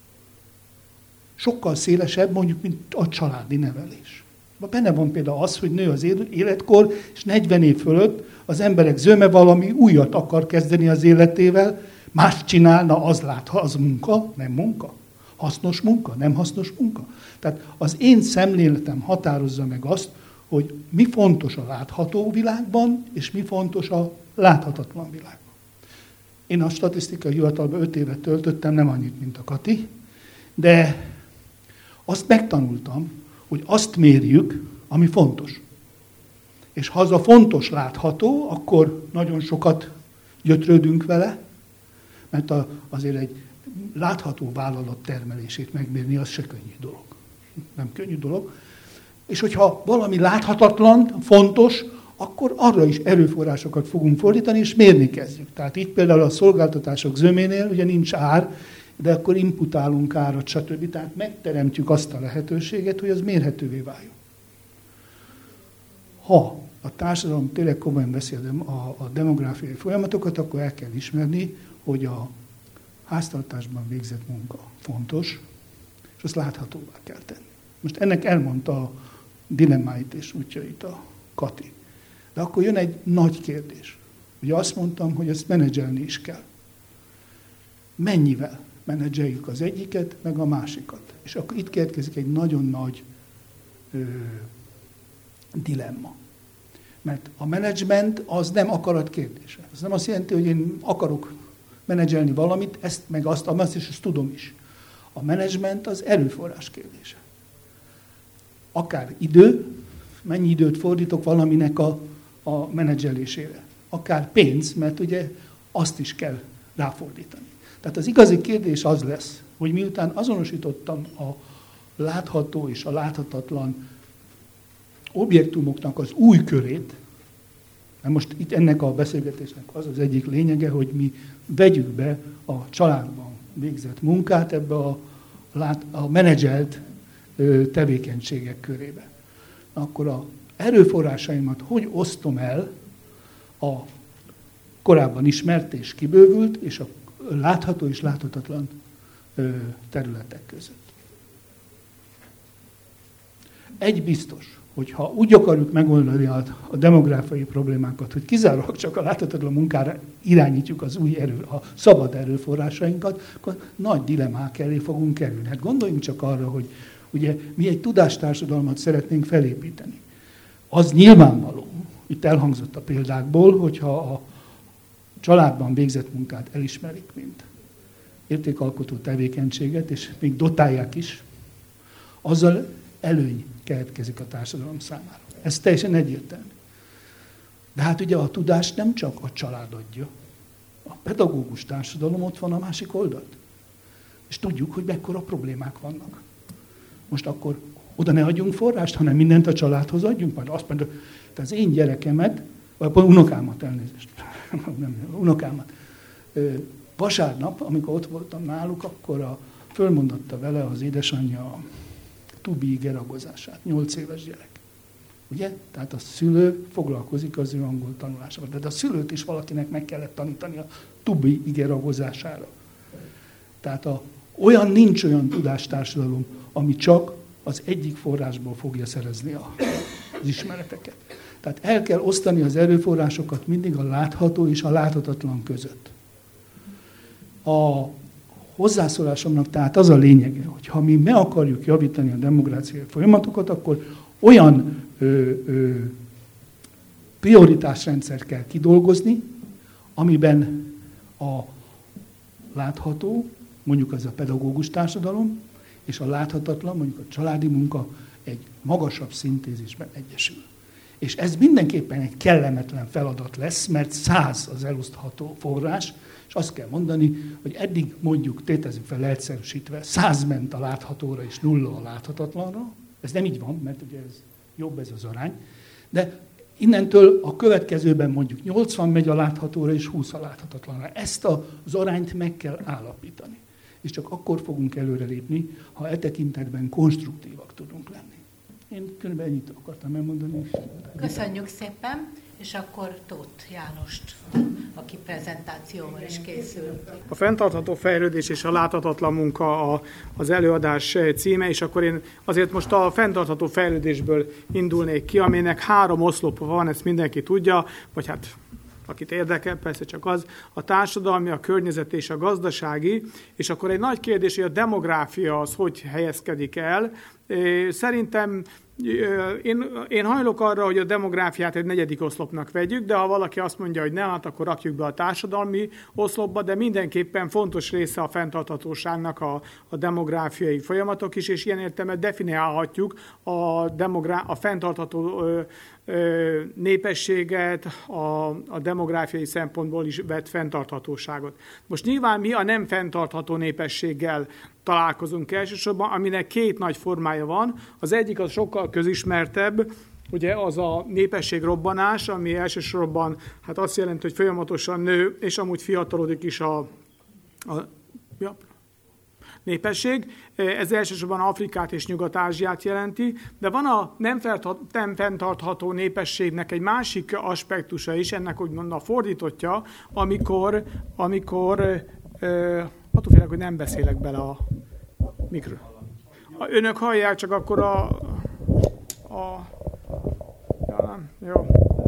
Speaker 4: Sokkal szélesebb, mondjuk, mint a családi nevelés. Benne van például az, hogy nő az életkor, és negyven év fölött az emberek zöme valami újat akar kezdeni az életével, más csinálna, az lát, az munka, nem munka. Hasznos munka, nem hasznos munka. Tehát az én szemléletem határozza meg azt, hogy mi fontos a látható világban, és mi fontos a láthatatlan világban. Én a statisztikai hivatalban öt évet töltöttem, nem annyit, mint a Kati, de azt megtanultam, hogy azt mérjük, ami fontos. És ha az a fontos látható, akkor nagyon sokat gyötrődünk vele, mert a, azért egy látható vállalat termelését megmérni, az se könnyű dolog. Nem könnyű dolog. És hogyha valami láthatatlan, fontos, akkor arra is erőforrásokat fogunk fordítani, és mérni kezdjük. Tehát itt például a szolgáltatások zöménél ugye nincs ár, de akkor imputálunk árat, stb. Tehát megteremtjük azt a lehetőséget, hogy az mérhetővé váljon. Ha a társadalom tényleg komolyan veszi a, a demográfiai folyamatokat, akkor el kell ismerni, hogy a háztartásban végzett munka fontos, és azt láthatóvá kell tenni. Most ennek elmondta a dilemmáit és útjait a Kati. De akkor jön egy nagy kérdés. Ugye azt mondtam, hogy ezt menedzselni is kell. Mennyivel menedzseljük az egyiket, meg a másikat? És akkor itt következik egy nagyon nagy ö, dilemma. Mert a menedzsment az nem akarat kérdése. Az nem azt jelenti, hogy én akarok menedzselni valamit, ezt meg azt, azt és ezt tudom is. A menedzsment az erőforrás kérdése. Akár idő, mennyi időt fordítok valaminek a, a menedzselésére. Akár pénz, mert ugye azt is kell ráfordítani. Tehát az igazi kérdés az lesz, hogy miután azonosítottam a látható és a láthatatlan objektumoknak az új körét, mert most itt ennek a beszélgetésnek az az egyik lényege, hogy mi vegyük be a családban végzett munkát ebbe a, a menedzselt tevékenységek körébe. Akkor az erőforrásaimat hogy osztom el a korábban ismert és kibővült, és a látható és láthatatlan területek között. Egy biztos, hogy ha úgy akarjuk megoldani a, a demográfiai problémákat, hogy kizárólag csak a láthatatlan munkára irányítjuk az új erő, a szabad erőforrásainkat, akkor nagy dilemmák elé fogunk kerülni. Hát gondoljunk csak arra, hogy ugye mi egy tudástársadalmat szeretnénk felépíteni. Az nyilvánvaló, itt elhangzott a példákból, hogyha a családban végzett munkát elismerik, mint értékalkotó tevékenységet, és még dotálják is, azzal előny keletkezik a társadalom számára. Ez teljesen egyértelmű. De hát ugye a tudást nem csak a család adja. A pedagógus társadalom ott van a másik oldalt. És tudjuk, hogy mekkora problémák vannak. Most akkor oda ne adjunk forrást, hanem mindent a családhoz adjunk. Majd azt mondja, te az én gyerekemet, vagy unokámat elnézést, nem, unokámat, vasárnap, amikor ott voltam náluk, akkor a, fölmondatta vele az édesanyja a tubi igeragozását, nyolc éves gyerek. Ugye? Tehát a szülő foglalkozik az ő angol tanulásával. De a szülőt is valakinek meg kellett tanítani a tubi igeragozására. Tehát a, olyan nincs olyan tudástársadalom, ami csak az egyik forrásból fogja szerezni a, az ismereteket. Tehát el kell osztani az erőforrásokat mindig a látható és a láthatatlan között. A hozzászólásomnak tehát az a lényege, hogy ha mi meg akarjuk javítani a demográfiai folyamatokat, akkor olyan ö, ö, prioritásrendszert kell kidolgozni, amiben a látható, mondjuk az a pedagógus társadalom, és a láthatatlan, mondjuk a családi munka egy magasabb szintézisben egyesül. És ez mindenképpen egy kellemetlen feladat lesz, mert száz az elosztható forrás, és azt kell mondani, hogy eddig mondjuk, tétezzük fel leegyszerűsítve, száz ment a láthatóra és nulla a láthatatlanra. Ez nem így van, mert ugye ez jobb ez az arány. De innentől a következőben mondjuk nyolcvan megy a láthatóra és húsz a láthatatlanra. Ezt az arányt meg kell állapítani. És csak akkor fogunk előrelépni, ha e tekintetben konstruktívak tudunk lenni. Én körülbelül ennyit akartam elmondani.
Speaker 1: Köszönjük szépen, és akkor Tóth Jánost, aki prezentációval is készül.
Speaker 5: A fenntartható fejlődés és a láthatatlan munka az előadás címe, és akkor én azért most a fenntartható fejlődésből indulnék ki, aminek három oszlopa van, ezt mindenki tudja, vagy hát akit érdekel, persze csak az, a társadalmi, a környezeti és a gazdasági, és akkor egy nagy kérdés, hogy a demográfia az hogy helyezkedik el. Szerintem én, én hajlok arra, hogy a demográfiát egy negyedik oszlopnak vegyük, de ha valaki azt mondja, hogy nem, hát akkor rakjuk be a társadalmi oszlopba, de mindenképpen fontos része a fenntarthatóságnak a, a demográfiai folyamatok is, és ilyen értelemben definiálhatjuk a, demogra- a fenntartható ö, ö, népességet, a, a demográfiai szempontból is vett fenntarthatóságot. Most nyilván mi a nem fenntartható népességgel találkozunk elsősorban, aminek két nagy formája van. Az egyik az sokkal közismertebb, ugye az a népességrobbanás, ami elsősorban hát azt jelenti, hogy folyamatosan nő, és amúgy fiatalodik is a, a ja, népesség. Ez elsősorban Afrikát és Nyugat-Ázsiát jelenti, de van a nem, nem fenntartható népességnek egy másik aspektusa is, ennek úgymond a fordítottja, amikor, amikor attól félek, hogy nem beszélek bele a mikro. Önök hallják, csak akkor a... a ja, nem, jó.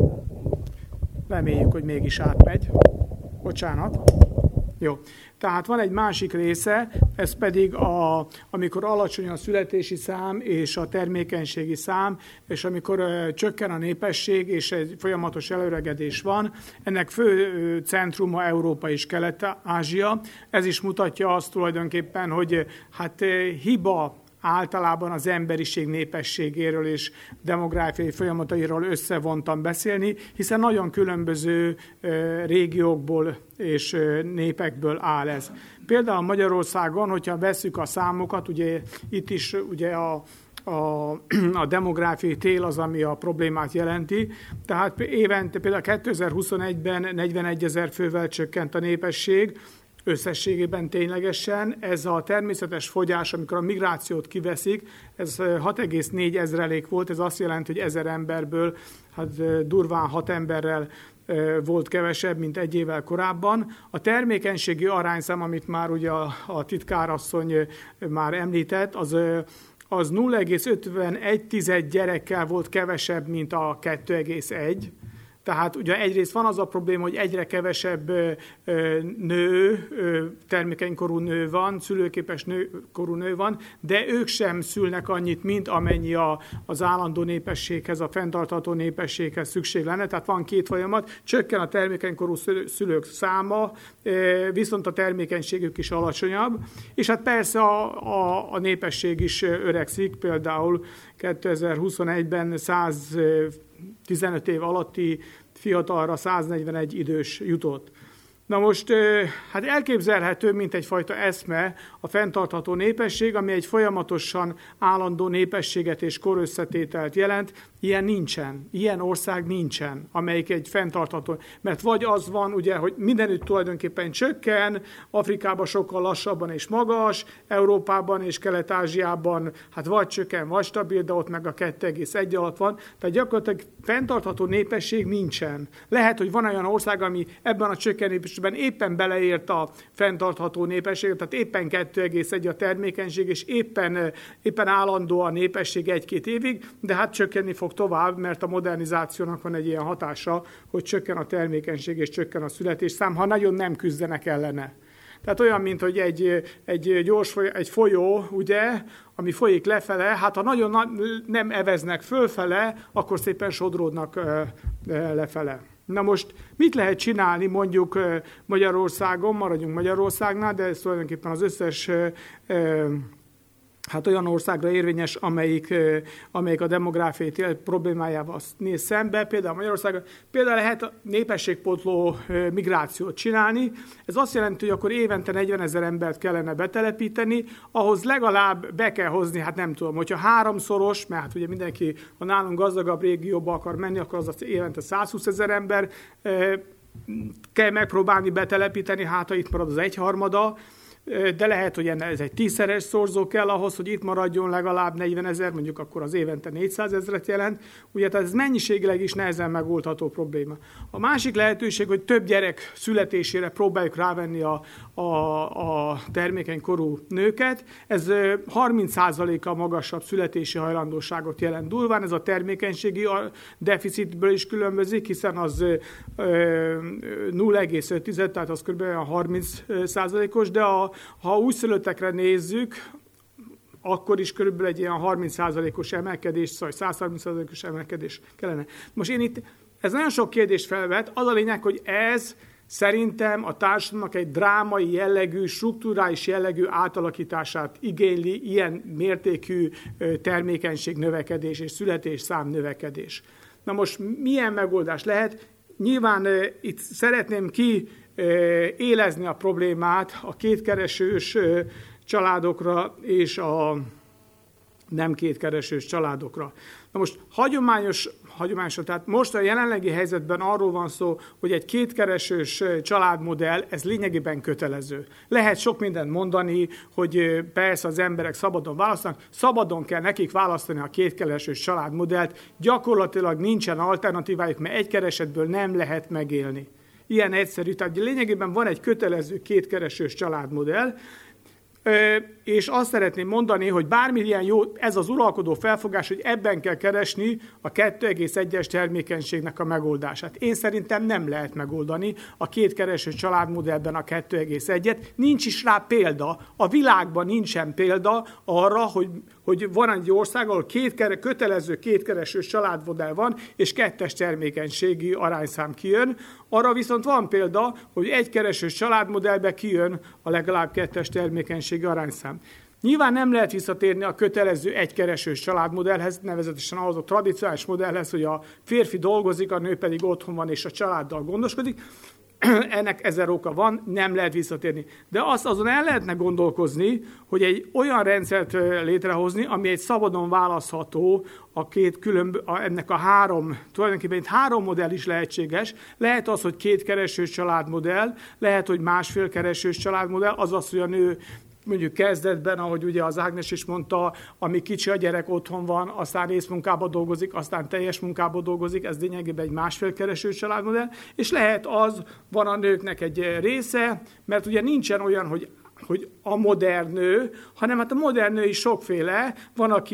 Speaker 5: Reméljük, hogy mégis átmegy. Bocsánat. Jó. Tehát van egy másik része, ez pedig a, amikor alacsony a születési szám és a termékenységi szám, és amikor uh, csökken a népesség és egy folyamatos előregedés van. Ennek fő uh, centruma Európa és Kelet-Ázsia. Ez is mutatja azt tulajdonképpen, hogy uh, hát uh, hiba általában az emberiség népességéről és demográfiai folyamatairól összevontan beszélni, hiszen nagyon különböző régiókból és népekből áll ez. Például Magyarországon, hogyha vesszük a számokat, ugye itt is ugye a A, a demográfiai tél az, ami a problémát jelenti. Tehát évente például kétezer-huszonegyben negyvenegyezer fővel csökkent a népesség, összességében ténylegesen. Ez a természetes fogyás, amikor a migrációt kiveszik, ez hat egész négy ezrelék volt, ez azt jelenti, hogy ezer emberből hát durván hat emberrel volt kevesebb, mint egy évvel korábban. A termékenységi arányszám, amit már ugye a, a titkárasszony már említett, az az nulla egész ötvenegy gyerekkel volt kevesebb, mint a kettő egész egy. Tehát ugye egyrészt van az a probléma, hogy egyre kevesebb nő, termékeny korú nő van, szülőképes nő, korú nő van, de ők sem szülnek annyit, mint amennyi a, az állandó népességhez, a fenntartható népességhez szükség lenne. Tehát van két folyamat, csökken a termékeny korú szülők száma, viszont a termékenységük is alacsonyabb, és hát persze a, a, a népesség is öregszik, például kétezer-huszonegyben száztizenöt év alatti fiatalra száznegyvenegy idős jutott. Na most, hát elképzelhető, mint egyfajta eszme a fenntartható népesség, ami egy folyamatosan állandó népességet és korösszetételt jelent. Ilyen nincsen, ilyen ország nincsen, amelyik egy fenntartható. Mert vagy az van, ugye, hogy mindenütt tulajdonképpen csökken, Afrikában sokkal lassabban és magas, Európában és Kelet-Ázsiában hát vagy csökken, vagy stabil, de ott meg a kettő egész egy alatt van. Tehát gyakorlatilag fenntartható népesség nincsen. Lehet, hogy van olyan ország, ami ebben a csökkenésben éppen beleért a fenntartható népességet, tehát éppen kettő egész egy a termékenység, és éppen, éppen állandó a népesség egy-két évig, de hát csökkenni fog tovább, mert a modernizációnak van egy ilyen hatása, hogy csökken a termékenység és csökken a születésszám, ha nagyon nem küzdenek ellene. Tehát olyan, mint hogy egy, egy gyors folyó, egy folyó, ugye, ami folyik lefele, hát ha nagyon nem eveznek fölfele, akkor szépen sodródnak lefele. Na most mit lehet csinálni mondjuk Magyarországon, maradjunk Magyarországnál, de ez tulajdonképpen az összes hát olyan országra érvényes, amelyik, amelyik a demográfiai problémájával néz szembe. Például Magyarországon például lehet a népességpótló migrációt csinálni. Ez azt jelenti, hogy akkor évente negyvenezer embert kellene betelepíteni, ahhoz legalább be kell hozni, hát nem tudom, hogyha háromszoros, mert hát ugye mindenki a nálunk gazdagabb régióba akar menni, akkor az az évente százhúszezer ember kell megpróbálni betelepíteni, hát ha itt marad az egyharmada, de lehet, hogy ez egy tízszeres szorzó kell ahhoz, hogy itt maradjon legalább negyvenezer, mondjuk akkor az évente négyszázezret jelent. Ugye, tehát ez mennyiségileg is nehezen megoldható probléma. A másik lehetőség, hogy több gyerek születésére próbáljuk rávenni a, a, a termékeny korú nőket. Ez harminc százalékkal magasabb születési hajlandóságot jelent durván. Ez a termékenységi deficitből is különbözik, hiszen az nulla egész öt, tehát az kb. harminc százalékos, de a ha újszülöttekre nézzük, akkor is körülbelül egy ilyen harminc százalékos emelkedés, szóval száz harminc százalékos emelkedés kellene. Most én itt, ez nagyon sok kérdést felvet, az a lényeg, hogy ez szerintem a társadalomnak egy drámai jellegű, strukturális jellegű átalakítását igényli, ilyen mértékű termékenység növekedés és születésszám növekedés. Na most milyen megoldás lehet? Nyilván itt szeretném ki élezni a problémát a kétkeresős családokra és a nem kétkeresős családokra. Na most hagyományos, hagyományos, tehát most a jelenlegi helyzetben arról van szó, hogy egy kétkeresős családmodell, ez lényegében kötelező. Lehet sok mindent mondani, hogy persze az emberek szabadon választanak, szabadon kell nekik választani a kétkeresős családmodellt, gyakorlatilag nincsen alternatívájuk, mert egy keresetből nem lehet megélni. Ilyen egyszerű, tehát lényegében van egy kötelező kétkeresős családmodell, és azt szeretném mondani, hogy bármilyen jó, ez az uralkodó felfogás, hogy ebben kell keresni a kettő egész egyes termékenységnek a megoldását. Én szerintem nem lehet megoldani a kétkeresős családmodellben a kettő egész egyet. Nincs is rá példa. A világban nincsen példa arra, hogy, hogy van egy ország, ahol két, kötelező kétkeresős családmodell van, és kettes termékenységi arányszám kijön. Arra viszont van példa, hogy egykeresős családmodellbe kijön a legalább kettes termékenységi arányszám. Nyilván nem lehet visszatérni a kötelező egykeresős családmodellhez, nevezetesen ahhoz a tradicionális modellhez, hogy a férfi dolgozik, a nő pedig otthon van és a családdal gondoskodik. Ennek ezer oka van, nem lehet visszatérni. De azt azon el lehetne gondolkozni, hogy egy olyan rendszert létrehozni, ami egy szabadon választható, a két különb- a, ennek a három, tulajdonképpen itt három modell is lehetséges. Lehet az, hogy kétkeresős családmodell, lehet, hogy másfélkeresős családmodell, azaz, hogy a nő mondjuk kezdetben, ahogy ugye az Ágnes is mondta, ami kicsi a gyerek otthon van, aztán részmunkába dolgozik, aztán teljes munkába dolgozik, ez lényegében egy másfélkeresős családmodell, és lehet az, van a nőknek egy része, mert ugye nincsen olyan, hogy hogy a modern nő, hanem hát a modern nő is sokféle, van, aki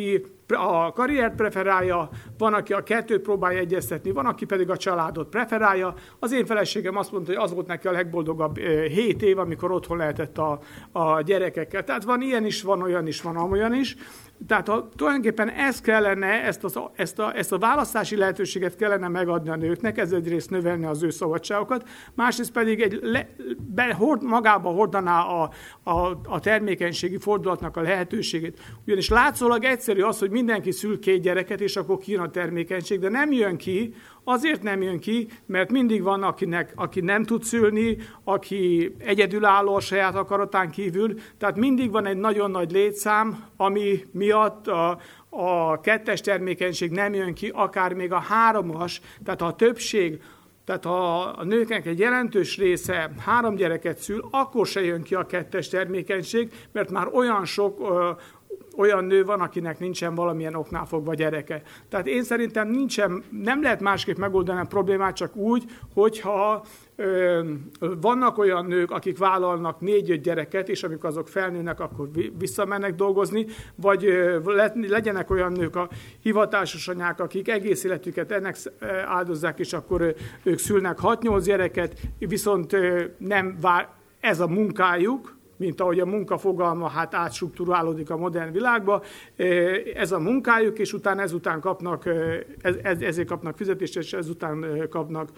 Speaker 5: a karriert preferálja, van, aki a kettőt próbálja egyeztetni, van, aki pedig a családot preferálja. Az én feleségem azt mondta, hogy az volt neki a legboldogabb hét év, amikor otthon lehetett a, a gyerekekkel. Tehát van ilyen is, van olyan is, van olyan is. Tehát ha, tulajdonképpen ez kellene, ezt, az, ezt, a, ezt a választási lehetőséget kellene megadni a nőknek, ez egyrészt növelni az ő szabadságokat, másrészt pedig egy le, be, hord, magába hordaná a, a, a termékenységi fordulatnak a lehetőségét. Ugyanis látszólag egyszerű az, hogy mindenki szül két gyereket, és akkor kijön a termékenység, de nem jön ki, azért nem jön ki, mert mindig van, akinek, aki nem tud szülni, aki egyedülálló a saját akaratán kívül, tehát mindig van egy nagyon nagy létszám, ami miatt a, a kettes termékenység nem jön ki, akár még a háromas, tehát a többség, tehát ha a nőknek egy jelentős része három gyereket szül, akkor se jön ki a kettes termékenység, mert már olyan sok ö, olyan nő van, akinek nincsen valamilyen oknál fogva gyereke. Tehát én szerintem nincsen, nem lehet másképp megoldani a problémát, csak úgy, hogyha ö, vannak olyan nők, akik vállalnak négy-öt gyereket, és amikor azok felnőnek, akkor visszamennek dolgozni, vagy ö, legyenek olyan nők, a hivatásos anyák, akik egész életüket ennek áldozzák, és akkor ö, ők szülnek hat-nyolc gyereket, viszont ö, nem vár, ez a munkájuk, mint ahogy a munka fogalma hát átstruktúrálódik a modern világba. Ez a munkájuk, és utána ezután kapnak, ez, ezért kapnak fizetést, és ezután kapnak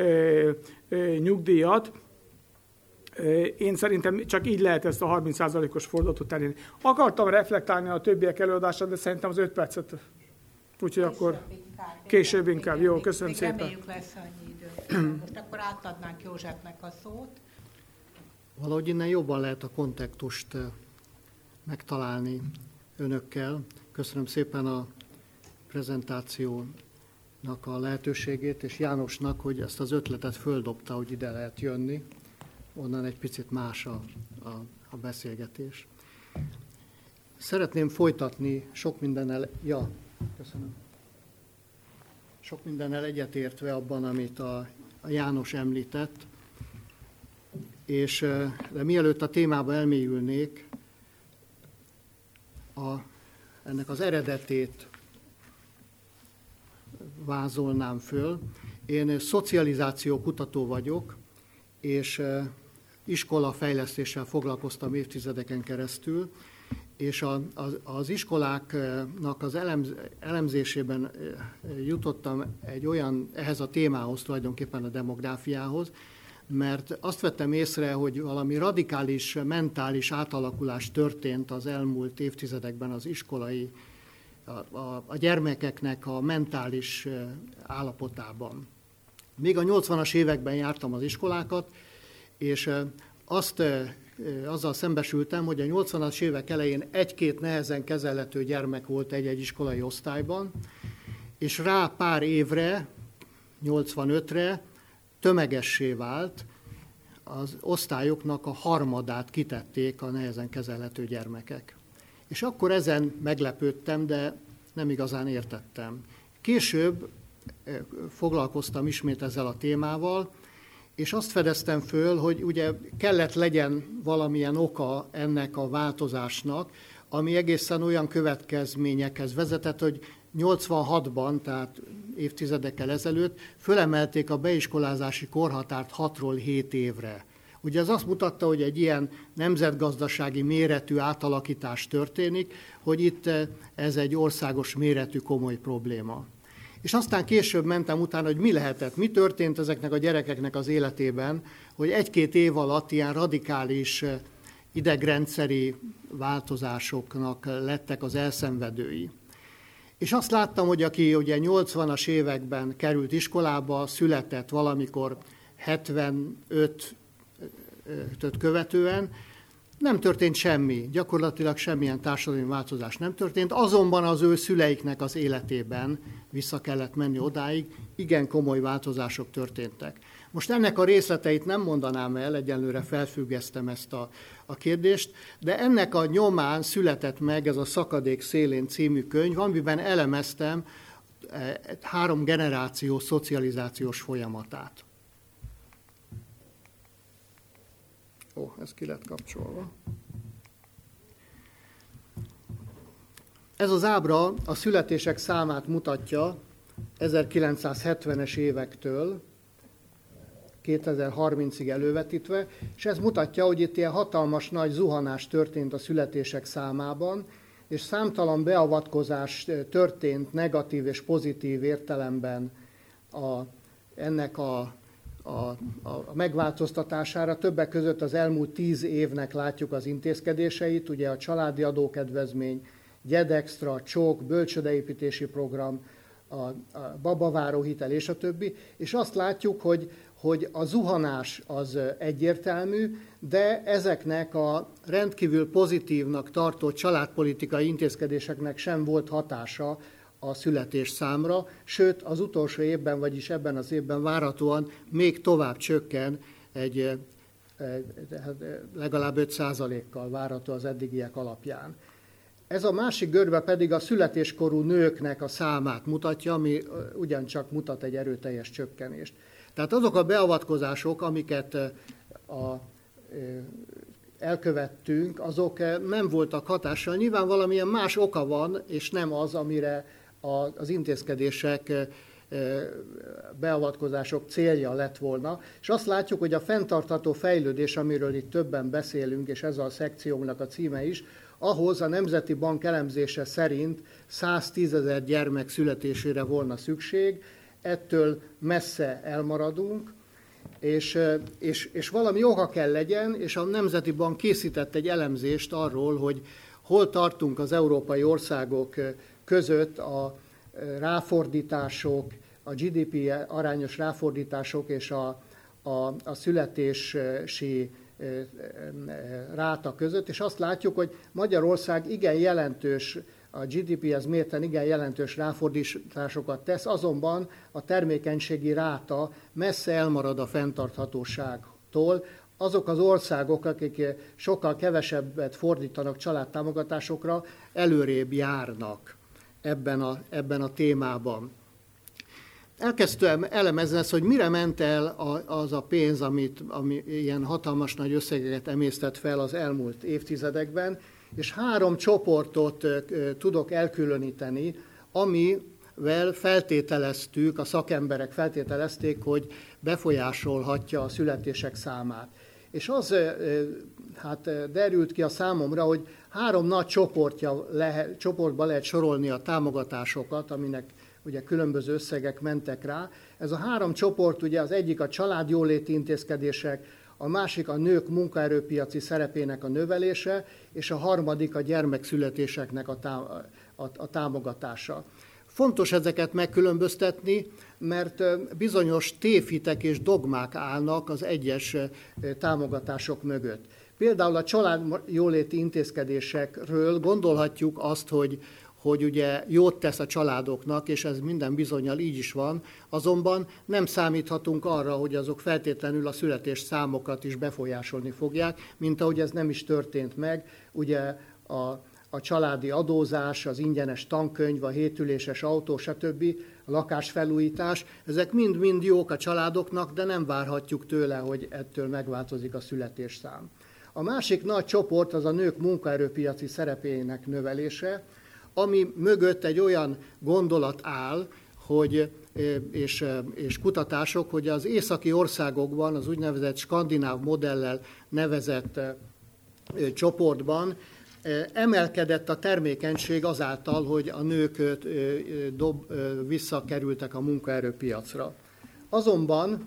Speaker 5: nyugdíjat. Én szerintem csak így lehet ezt a harminc százalékos fordulatot elérni. Akartam reflektálni a többiek előadásra, de szerintem az öt percet. Úgyhogy akkor később inkább. Jó, köszönöm szépen.
Speaker 1: Reméljük lesz annyi idő. Most akkor átadnánk Józsefnek a szót.
Speaker 6: Valahogy innen jobban lehet a kontextust megtalálni önökkel. Köszönöm szépen a prezentációnak a lehetőségét, és Jánosnak, hogy ezt az ötletet földobta, hogy ide lehet jönni. Onnan egy picit más a, a, a beszélgetés. Szeretném folytatni sok mindennel, ja, köszönöm. Sok mindennel egyetértve abban, amit a, a János említett, és de mielőtt a témába elmélyülnék, a, ennek az eredetét vázolnám föl. Én szocializáció kutató vagyok, és iskolafejlesztéssel foglalkoztam évtizedeken keresztül, és a, az, az iskoláknak az elemz, elemzésében jutottam egy olyan, ehhez a témához, tulajdonképpen a demográfiához, mert azt vettem észre, hogy valami radikális mentális átalakulás történt az elmúlt évtizedekben az iskolai, a, a, a gyermekeknek a mentális állapotában. Még a nyolcvanas években jártam az iskolákat, és azt, azzal szembesültem, hogy a nyolcvanas évek elején egy-két nehezen kezelhető gyermek volt egy-egy iskolai osztályban, és rá pár évre, nyolcvanötre, tömegessé vált, az osztályoknak a harmadát kitették a nehezen kezelhető gyermekek. És akkor ezen meglepődtem, de nem igazán értettem. Később foglalkoztam ismét ezzel a témával, és azt fedeztem föl, hogy ugye kellett legyen valamilyen oka ennek a változásnak, ami egészen olyan következményekhez vezetett, hogy nyolcvanhatban, tehát évtizedekkel ezelőtt fölemelték a beiskolázási korhatárt hatról hét évre. Ugye ez azt mutatta, hogy egy ilyen nemzetgazdasági méretű átalakítás történik, hogy itt ez egy országos méretű komoly probléma. És aztán később mentem utána, hogy mi lehetett, mi történt ezeknek a gyerekeknek az életében, hogy egy-két év alatt ilyen radikális idegrendszeri változásoknak lettek az elszenvedői. És azt láttam, hogy aki ugye nyolcvanas években került iskolába, született valamikor hetvenötöt követően, nem történt semmi, gyakorlatilag semmilyen társadalmi változás nem történt, azonban az ő szüleiknek az életében vissza kellett menni odáig, igen komoly változások történtek. Most ennek a részleteit nem mondanám el, egyenlőre felfüggesztem ezt a, a kérdést, de ennek a nyomán született meg ez a Szakadék szélén című könyv, amiben elemeztem három generáció szocializációs folyamatát. Ó, ez ki lett kapcsolva. Ez az ábra a születések számát mutatja ezerkilencszázhetvenes évektől kétezer-harmincig elővetítve, és ez mutatja, hogy itt ilyen hatalmas nagy zuhanás történt a születések számában, és számtalan beavatkozás történt negatív és pozitív értelemben a, ennek a, a, a megváltoztatására. Többek között az elmúlt tíz évnek látjuk az intézkedéseit, ugye a családi adókedvezmény, gyedextra, csók, bölcsődeépítési program, a, a babaváró hitel és a többi, és azt látjuk, hogy, hogy a zuhanás az egyértelmű, de ezeknek a rendkívül pozitívnak tartott családpolitikai intézkedéseknek sem volt hatása a születés számra, sőt az utolsó évben, vagyis ebben az évben várhatóan még tovább csökken egy legalább öt százalékkal várható az eddigiek alapján. Ez a másik görbe pedig a születéskorú nőknek a számát mutatja, ami ugyancsak mutat egy erőteljes csökkenést. Tehát azok a beavatkozások, amiket a, elkövettünk, azok nem voltak hatással. Nyilván valamilyen más oka van, és nem az, amire az intézkedések, beavatkozások célja lett volna. És azt látjuk, hogy a fenntartható fejlődés, amiről itt többen beszélünk, és ez a szekciónknak a címe is, ahhoz a Nemzeti Bank elemzése szerint száztízezer gyermek születésére volna szükség, ettől messze elmaradunk, és, és, és valami oka kell legyen, és a Nemzeti Bank készített egy elemzést arról, hogy hol tartunk az európai országok között a ráfordítások, a gé dé pé arányos ráfordítások és a, a, a születési ráta között, és azt látjuk, hogy Magyarország igen jelentős, a gé dé péhez mérten igen jelentős ráfordításokat tesz, azonban a termékenységi ráta messze elmarad a fenntarthatóságtól. Azok az országok, akik sokkal kevesebbet fordítanak családtámogatásokra, előrébb járnak ebben a, ebben a témában. Elkezdtem elemezni ezt, hogy mire ment el az a pénz, amit, ami ilyen hatalmas nagy összegeket emésztett fel az elmúlt évtizedekben, és három csoportot tudok elkülöníteni, amivel feltételeztük, a szakemberek feltételezték, hogy befolyásolhatja a születések számát. És az hát derült ki a számomra, hogy három nagy csoportja lehet, csoportba lehet sorolni a támogatásokat, aminek ugye különböző összegek mentek rá. Ez a három csoport, ugye az egyik a családjóléti intézkedések, a másik a nők munkaerőpiaci szerepének a növelése, és a harmadik a gyermekszületéseknek a, tá- a, a támogatása. Fontos ezeket megkülönböztetni, mert bizonyos tévhitek és dogmák állnak az egyes támogatások mögött. Például a családjóléti intézkedésekről gondolhatjuk azt, hogy hogy ugye jót tesz a családoknak, és ez minden bizonnyal így is van, azonban nem számíthatunk arra, hogy azok feltétlenül a születés számokat is befolyásolni fogják, mint ahogy ez nem is történt meg. Ugye a, a családi adózás, az ingyenes tankönyv, a hétüléses autó, stb., a lakásfelújítás, ezek mind-mind jók a családoknak, de nem várhatjuk tőle, hogy ettől megváltozik a születésszám. A másik nagy csoport az a nők munkaerőpiaci szerepének növelése, ami mögött egy olyan gondolat áll, hogy, és, és kutatások, hogy az északi országokban, az úgynevezett skandináv modellel nevezett csoportban emelkedett a termékenység azáltal, hogy a nők dob, visszakerültek a munkaerőpiacra. Azonban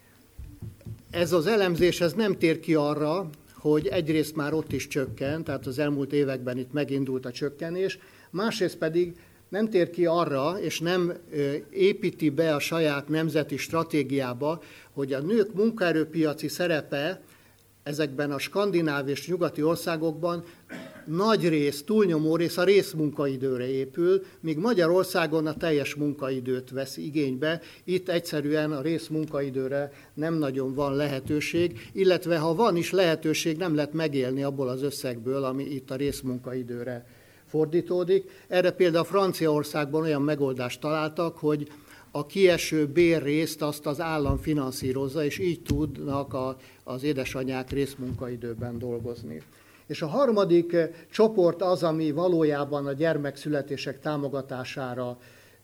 Speaker 6: ez az elemzés ez nem tér ki arra, hogy egyrészt már ott is csökkent, tehát az elmúlt években itt megindult a csökkenés, másrészt pedig nem tér ki arra, és nem építi be a saját nemzeti stratégiába, hogy a nők munkaerőpiaci szerepe ezekben a skandináv és nyugati országokban nagy rész, túlnyomó rész a részmunkaidőre épül, míg Magyarországon a teljes munkaidőt vesz igénybe. Itt egyszerűen a részmunkaidőre nem nagyon van lehetőség, illetve ha van is lehetőség, nem lehet megélni abból az összegből, ami itt a részmunkaidőre fordítódik. Erre például Franciaországban olyan megoldást találtak, hogy a kieső bérrészt azt az állam finanszírozza, és így tudnak a, az édesanyák részmunkaidőben dolgozni. És a harmadik csoport az, ami valójában a gyermekszületések támogatására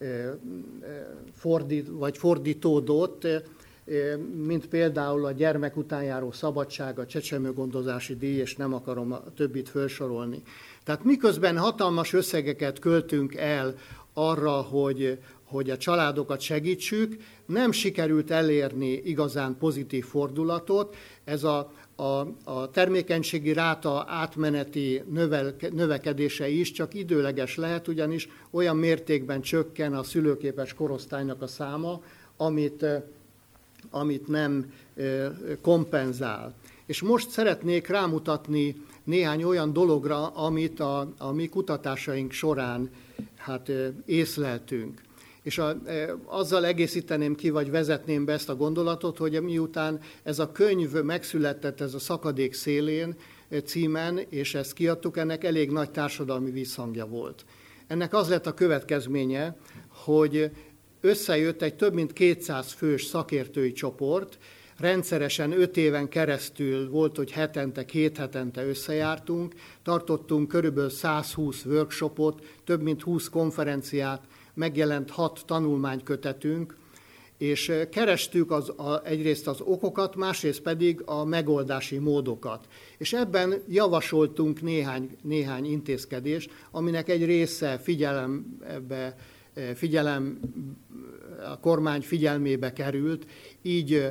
Speaker 6: fordít, vagy fordítódott, mint például a gyermek után járó szabadság, a csecsemőgondozási díj, és nem akarom a többit felsorolni. Tehát miközben hatalmas összegeket költünk el arra, hogy, hogy a családokat segítsük, nem sikerült elérni igazán pozitív fordulatot. Ez a, a, a termékenységi ráta átmeneti növel, növekedése is csak időleges lehet, ugyanis olyan mértékben csökken a szülőképes korosztálynak a száma, amit, amit nem kompenzál. És most szeretnék rámutatni néhány olyan dologra, amit a, a mi kutatásaink során hát, észleltünk. És a, azzal egészíteném ki, vagy vezetném be ezt a gondolatot, hogy miután ez a könyv megszületett, ez a Szakadék szélén címen, és ezt kiadtuk, ennek elég nagy társadalmi visszhangja volt. Ennek az lett a következménye, hogy összejött egy több mint kétszáz fős szakértői csoport, rendszeresen öt éven keresztül volt, hogy hetente, két hetente összejártunk, tartottunk körülbelül száz húsz workshopot, több mint húsz konferenciát, megjelent hat tanulmánykötetünk, és kerestük az, a, egyrészt az okokat, másrészt pedig a megoldási módokat. És ebben javasoltunk néhány, néhány intézkedést, aminek egy része figyelembe, figyelem, a kormány figyelmébe került, így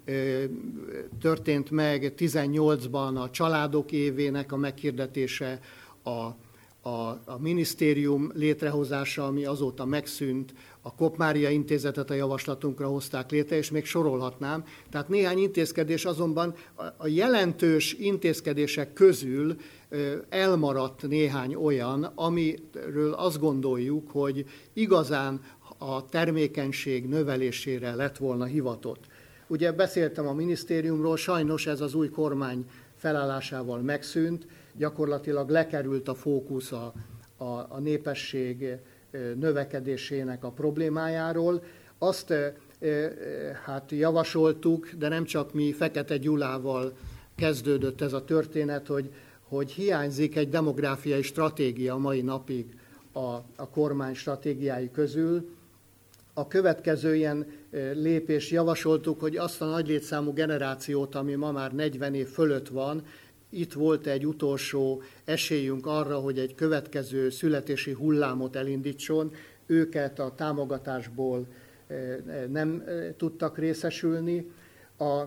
Speaker 6: történt meg tizennyolcban a családok évének a meghirdetése, a, a, a minisztérium létrehozása, ami azóta megszűnt, a Kopp Mária intézetet a javaslatunkra hozták létre, és még sorolhatnám. Tehát néhány intézkedés azonban a jelentős intézkedések közül elmaradt néhány olyan, amiről azt gondoljuk, hogy igazán a termékenység növelésére lett volna hivatott. Ugye beszéltem a minisztériumról, sajnos ez az új kormány felállásával megszűnt, gyakorlatilag lekerült a fókusz a, a, a népesség növekedésének a problémájáról. Azt hát javasoltuk, de nem csak mi, Fekete Gyulával kezdődött ez a történet, hogy, hogy hiányzik egy demográfiai stratégia a mai napig a, a kormány stratégiái közül. A következő ilyen lépés javasoltuk, hogy azt a nagy létszámú generációt, ami ma már negyven év fölött van, itt volt egy utolsó esélyünk arra, hogy egy következő születési hullámot elindítson. Őket a támogatásból nem tudtak részesülni. A,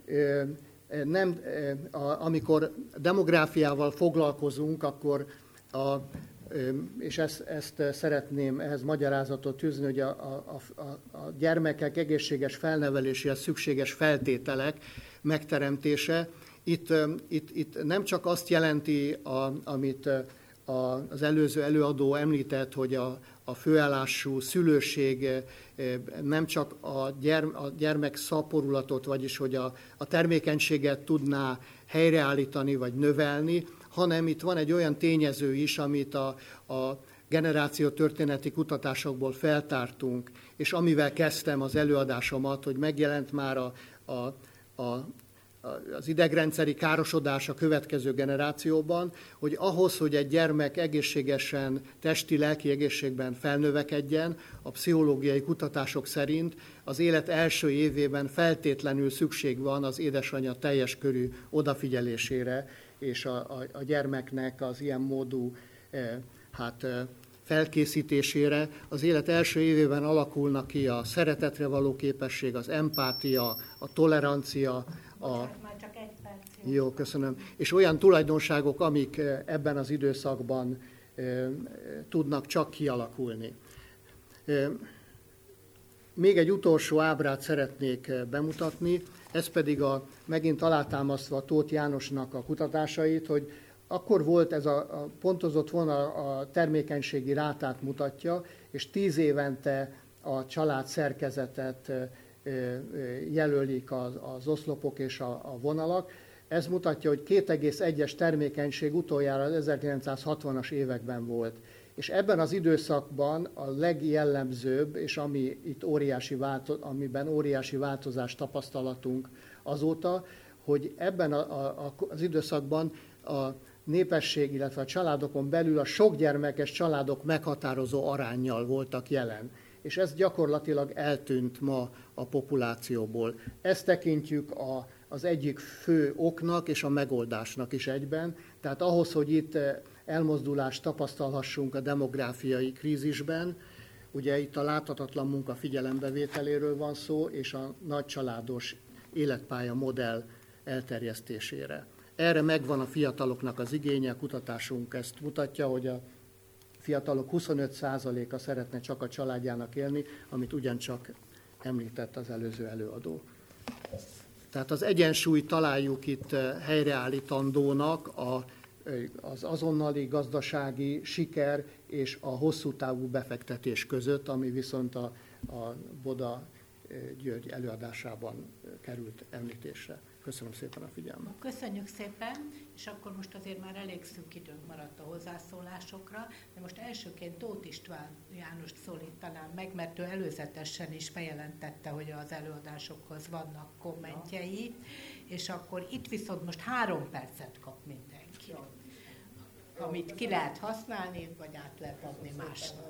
Speaker 6: nem, a, amikor demográfiával foglalkozunk, akkor a és ezt, ezt szeretném ehhez magyarázatot tűzni, hogy a, a, a, a gyermekek egészséges felneveléséhez szükséges feltételek megteremtése. Itt, itt, itt nem csak azt jelenti, a, amit a, az előző előadó említett, hogy a, a főállású szülőség nem csak a, gyerm, a gyermek szaporulatot, vagyis hogy a, a termékenységet tudná helyreállítani vagy növelni, hanem itt van egy olyan tényező is, amit a, a generációtörténeti kutatásokból feltártunk, és amivel kezdtem az előadásomat, hogy megjelent már a, a, a, az idegrendszeri károsodás a következő generációban, hogy ahhoz, hogy egy gyermek egészségesen, testi-lelki egészségben felnövekedjen, a pszichológiai kutatások szerint az élet első évében feltétlenül szükség van az édesanyja teljes körű odafigyelésére, és a, a, a gyermeknek az ilyen módú eh, hát, eh, felkészítésére. Az élet első évében alakulnak ki a szeretetre való képesség, az empátia, a tolerancia, a...
Speaker 1: Már csak egy perc.
Speaker 6: Jó, köszönöm. És olyan tulajdonságok, amik ebben az időszakban eh, tudnak csak kialakulni. Eh, még egy utolsó ábrát szeretnék bemutatni, ez pedig a, megint alátámasztva Tóth Jánosnak a kutatásait, hogy akkor volt ez a, a pontozott vonal a termékenységi rátát mutatja, és tíz évente a család szerkezetet jelölik az, az oszlopok és a, a vonalak. Ez mutatja, hogy két egész egyes termékenység utoljára az ezerkilencszázhatvanas években volt. És ebben az időszakban a legjellemzőbb, és ami itt óriási változ, amiben óriási változást tapasztalatunk azóta, hogy ebben a, a, az időszakban a, népesség, illetve a családokon belül a sokgyermekes családok meghatározó aránnyal voltak jelen. És ez gyakorlatilag eltűnt ma a populációból. Ezt tekintjük a, az egyik fő oknak és a megoldásnak is egyben. Tehát ahhoz, hogy itt elmozdulást tapasztalhassunk a demográfiai krízisben, ugye itt a láthatatlan munka figyelembevételéről van szó, és a nagycsaládos életpálya modell elterjesztésére. Erre megvan a fiataloknak az igénye, a kutatásunk ezt mutatja, hogy a fiatalok huszonöt százaléka szeretne csak a családjának élni, amit ugyancsak említett az előző előadó. Tehát az egyensúlyt találjuk itt helyreállítandónak a, az azonnali gazdasági siker és a hosszú távú befektetés között, ami viszont a, a Boda György előadásában került említésre. Köszönöm szépen a figyelmet.
Speaker 1: Köszönjük szépen, és akkor most azért már elég szűk időnk maradt a hozzászólásokra, de most elsőként Tóth István Jánost szólítanám meg, mert ő előzetesen is bejelentette, hogy az előadásokhoz vannak kommentjei, és akkor itt viszont most három percet kap mindenki, amit ki lehet használni, vagy át lehet adni másnak.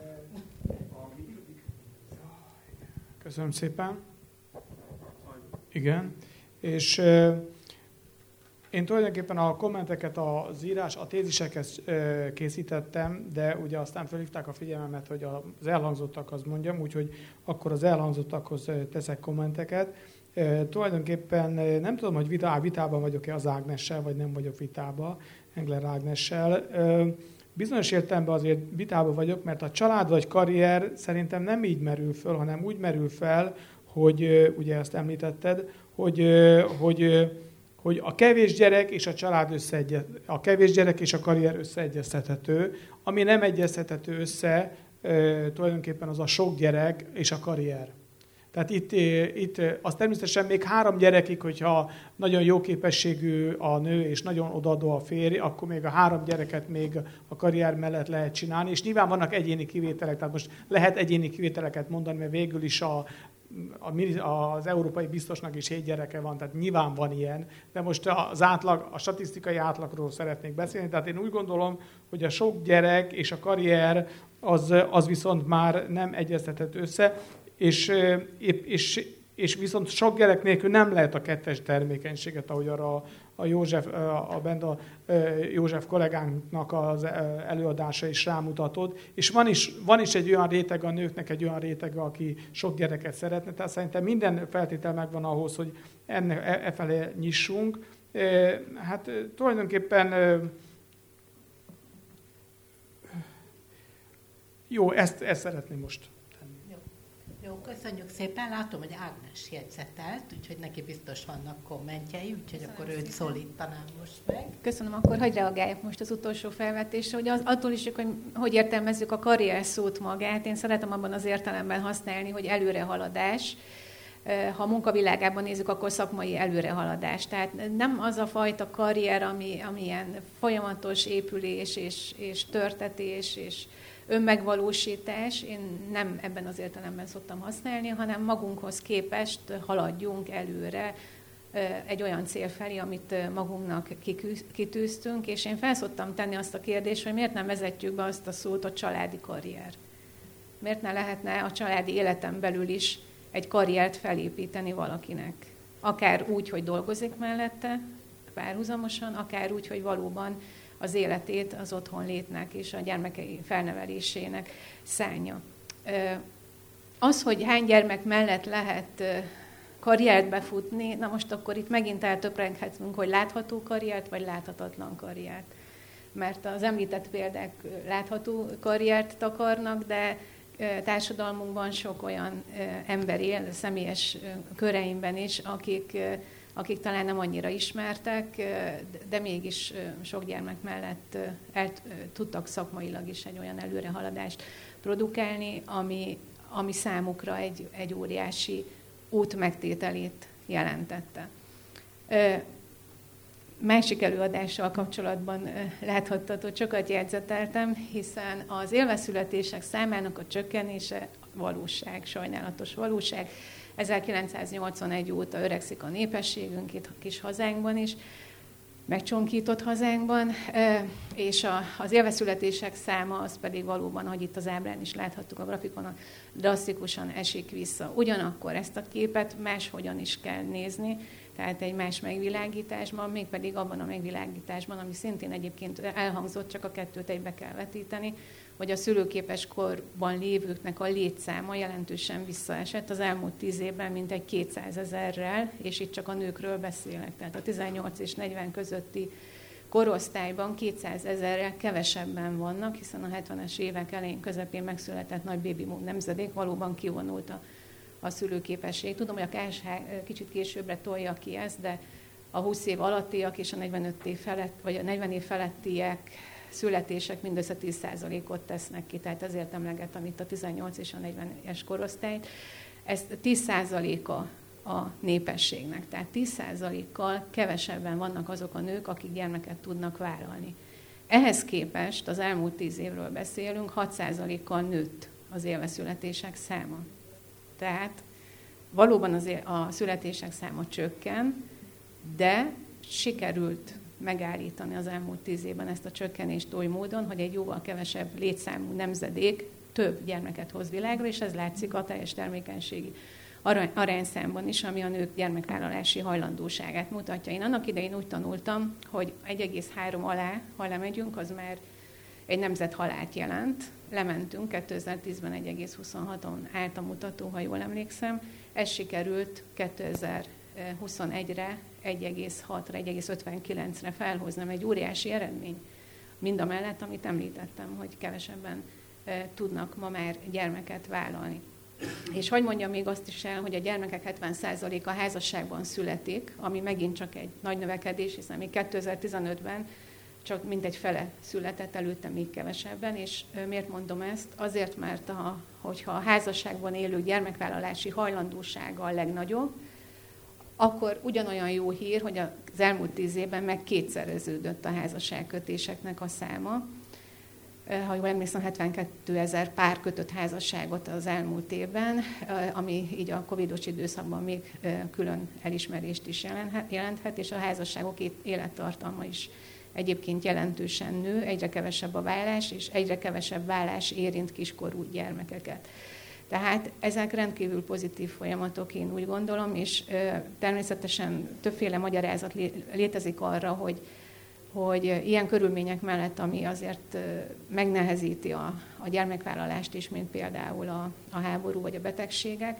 Speaker 5: Köszönöm szépen. Igen. És euh, én tulajdonképpen a kommenteket, az írás, a tézisekhez euh, készítettem, de ugye aztán felhívták a figyelmemet, hogy az elhangzottakhoz mondjam, úgyhogy akkor az elhangzottakhoz teszek kommenteket. E, tulajdonképpen nem tudom, hogy vitá, vitában vagyok-e az Ágnessel, vagy nem vagyok vitában, Engler Ágnessel. E, bizonyos értelemben azért vitában vagyok, mert a család vagy karrier szerintem nem így merül föl, hanem úgy merül fel, hogy ugye ezt említetted, hogy, hogy, hogy a kevés gyerek és a család összeegyez, a kevés gyerek és a karrier összeegyeztethető, ami nem egyeztethető össze, tulajdonképpen az a sok gyerek és a karrier. Tehát itt, itt az természetesen még három gyerekig, hogyha nagyon jó képességű a nő és nagyon odaadó a férj, akkor még a három gyereket még a karrier mellett lehet csinálni, és nyilván vannak egyéni kivételek, tehát most lehet egyéni kivételeket mondani, mert végül is a az európai biztosnak is hét gyereke van, tehát nyilván van ilyen, de most az átlag, a statisztikai átlagról szeretnék beszélni, tehát én úgy gondolom, hogy a sok gyerek és a karrier az, az viszont már nem egyeztethető össze, és, és, és viszont sok gyerek nélkül nem lehet a kettes termékenységet, ahogy arra a József, a Benda József kollégánknak az előadása is rámutatott, és van is, van is egy olyan réteg a nőknek, egy olyan réteg, aki sok gyereket szeretne, tehát szerintem minden feltétel megvan ahhoz, hogy enne, e, e felé nyissunk. Hát tulajdonképpen jó, ezt, ezt szeretném most.
Speaker 1: Jó, köszönjük szépen. Látom, hogy Ágnes jegyzetelt, úgyhogy neki biztos vannak kommentjei, úgyhogy Köszönöm akkor őt szólítanám most meg.
Speaker 3: Köszönöm, akkor hagyj reagáljak most az utolsó felvetésre, hogy az, attól is, hogy hogy értelmezzük a karrier szót magát. Én szeretem abban az értelemben használni, hogy előrehaladás. Ha a munkavilágában nézzük, akkor szakmai előrehaladás. Tehát nem az a fajta karrier, ami, ami ilyen folyamatos épülés és, és törtetés és önmegvalósítás, én nem ebben az értelemben szoktam használni, hanem magunkhoz képest haladjunk előre egy olyan cél felé, amit magunknak kitűztünk, és én fel szoktam tenni azt a kérdést, hogy miért nem vezetjük be azt a szót, a családi karrier. Miért ne lehetne a családi életen belül is egy karriert felépíteni valakinek. Akár úgy, hogy dolgozik mellette, párhuzamosan, akár úgy, hogy valóban az életét az otthon létnek és a gyermekei felnevelésének szánja. Az, hogy hány gyermek mellett lehet karriert befutni, na most akkor itt megint eltöprenghetünk, hogy látható karriert, vagy láthatatlan karriert. Mert az említett példák látható karriert takarnak, de társadalmunkban sok olyan ember él, személyes köreimben is, akik akik talán nem annyira ismertek, de mégis sok gyermek mellett el tudtak szakmailag is egy olyan előrehaladást produkálni, ami, ami számukra egy, egy óriási út megtételét jelentette. Másik előadással kapcsolatban láthattatok, hogy sokat jegyzeteltem, hiszen az élveszületések számának a csökkenése valóság, sajnálatos valóság. ezerkilencszáznyolcvanegy óta öregszik a népességünk itt a kis hazánkban is. megcsonkított hazánkban, és az élveszületések száma az pedig valóban, ahogy itt az ábrán is láthattuk a grafikonon, drasztikusan esik vissza. Ugyanakkor ezt a képet máshogyan is kell nézni, tehát egy más megvilágításban, mégpedig abban a megvilágításban, ami szintén egyébként elhangzott, csak a kettőt egybe kell vetíteni, hogy a szülőképes korban lévőknek a létszáma jelentősen visszaesett az elmúlt tíz évben mintegy kétszázezerrel, és itt csak a nőkről beszélek, tehát a tizennyolc és negyven közötti korosztályban kétszázezerrel kevesebben vannak, hiszen a hetvenes évek elején, közepén megszületett nagy baby boom nemzedék valóban kivonult a, a szülőképesség. Tudom, hogy a ká es há kicsit későbbre tolja ki ezt, de a húsz év alattiak és a negyvenöt év felett, vagy a negyven év felettiek születések mindössze tíz százalékot tesznek ki, tehát ezért emlegettem itt a tizennyolc és a negyvenes korosztályt. Ez tíz százaléka a népességnek, tehát tíz százalékkal kevesebben vannak azok a nők, akik gyermeket tudnak vállalni. Ehhez képest az elmúlt tíz évről beszélünk, hat százalékkal nőtt az élveszületések száma. Tehát valóban az a születések száma csökken, de sikerült megállítani az elmúlt tíz évben ezt a csökkenést oly módon, hogy egy jóval kevesebb létszámú nemzedék több gyermeket hoz világra, és ez látszik a teljes termékenységi arányszámban is, ami a nők gyermekvállalási hajlandóságát mutatja. Én annak idején úgy tanultam, hogy egy egész három alá, ha lemegyünk, az már egy nemzethalált jelent. Lementünk, kétezer-tízben egy egész huszonhaton állt a mutató, ha jól emlékszem. Ez sikerült kétezer-huszonegyre egy egész hatra, egy egész ötvenkilencre felhoznom, egy óriási eredmény. Mind a mellett, amit említettem, hogy kevesebben e, tudnak ma már gyermeket vállalni. És hogy mondjam még azt is el, hogy a gyermekek hetven százaléka házasságban születik, ami megint csak egy nagy növekedés, hiszen még kétezer-tizenötben csak mintegy fele született, előtte még kevesebben, és miért mondom ezt? Azért, mert a, hogyha a házasságban élő gyermekvállalási hajlandósága a legnagyobb, akkor ugyanolyan jó hír, hogy az elmúlt tíz évben meg kétszereződött a házasságkötéseknek a száma. Ha jól emlékszem, hetvenkétezer pár kötött házasságot az elmúlt évben, ami így a covidos időszakban még külön elismerést is jelenthet, és a házasságok élettartalma is egyébként jelentősen nő, egyre kevesebb a vállás, és egyre kevesebb vállás érint kiskorú gyermekeket. Tehát ezek rendkívül pozitív folyamatok, én úgy gondolom, és természetesen többféle magyarázat létezik arra, hogy, hogy ilyen körülmények mellett, ami azért megnehezíti a, a gyermekvállalást is, mint például a, a háború vagy a betegségek,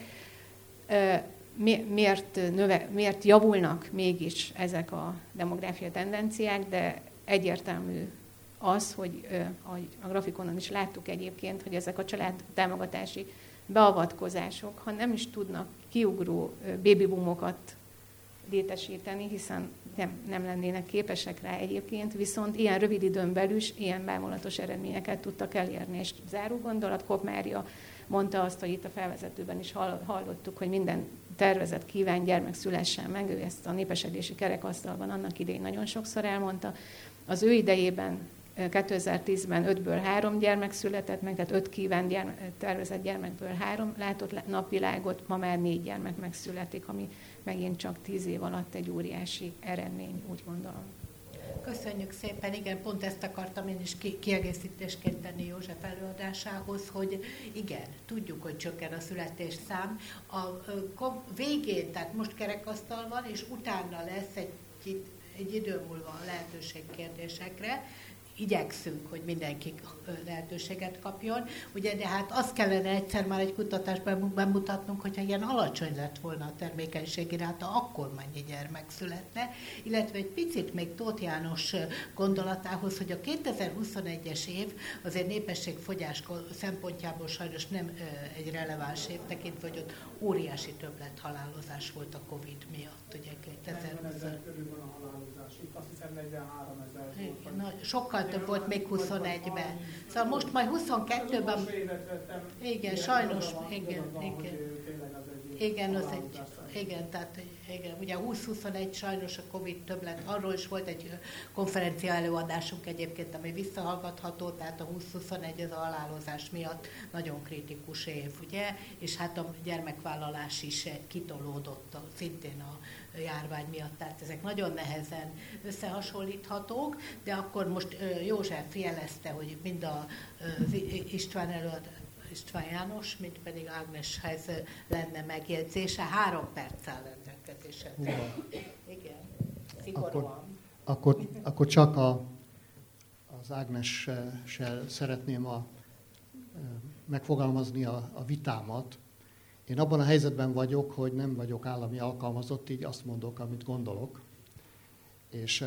Speaker 3: miért, növe, miért javulnak mégis ezek a demográfiai tendenciák, de egyértelmű az, hogy ahogy a grafikonon is láttuk egyébként, hogy ezek a családtámogatási beavatkozások, ha nem is tudnak kiugró babyboomokat létesíteni, hiszen nem, nem lennének képesek rá egyébként, viszont ilyen rövid időn belül is ilyen bámulatos eredményeket tudtak elérni. És záró gondolat, Kopp Mária mondta azt, hogy itt a felvezetőben is hallottuk, hogy minden tervezett kíván gyermek szülessen meg, ő ezt a népesedési kerekasztalban annak idején nagyon sokszor elmondta. Az ő idejében kétezer-tízben ötből három gyermek született meg, tehát öt kívánt gyermek, tervezett gyermekből három látott napvilágot, ma már négy gyermek megszületik, ami megint csak tíz év alatt egy óriási eredmény, úgy gondolom.
Speaker 1: Köszönjük szépen, igen, pont ezt akartam én is kiegészítésként tenni József előadásához, hogy igen, tudjuk, hogy csökken a születésszám. A, a végén, tehát most kerekasztal van, és utána lesz egy, egy idő múlva a lehetőség kérdésekre, igyekszünk, hogy mindenki lehetőséget kapjon. Ugye, de hát azt kellene egyszer már egy kutatásban bemutatnunk, hogyha ilyen alacsony lett volna a termékenység iráta, akkor mennyi gyermek születne. Illetve egy picit még Tóth János gondolatához, hogy a kétezer-huszonegyes év azért népességfogyás szempontjából sajnos nem egy releváns év, tekintve, hogy ott óriási többlethalálozás volt a Covid miatt. Ugye kétezer-húsz
Speaker 5: körül van a halálozás. Itt azt hiszem negyvenhárom ezer volt.
Speaker 1: Sokkal több volt még huszonegyben. Szóval most majd huszonkettőben... Igen, sajnos, igen, igen. Igen, az egy, Igen, tehát igen, ugye húsz huszonegy sajnos a Covid többlet, arról is volt egy konferencia előadásunk egyébként, ami visszahallgatható, tehát a húsz huszonegy az a halálozás miatt nagyon kritikus év, ugye, és hát a gyermekvállalás is kitolódott szintén a járvány miatt, tehát ezek nagyon nehezen összehasonlíthatók, de akkor most József jelezte, hogy mind a István előadás, István János, mint pedig Ágneshez lenne megjegyzése. Három perc áll rendelkezésre. Igen, szigorúan.
Speaker 6: Akkor, akkor, akkor csak a, az Ágnessel szeretném a, megfogalmazni a, a vitámat. Én abban a helyzetben vagyok, hogy nem vagyok állami alkalmazott, így azt mondok, amit gondolok. És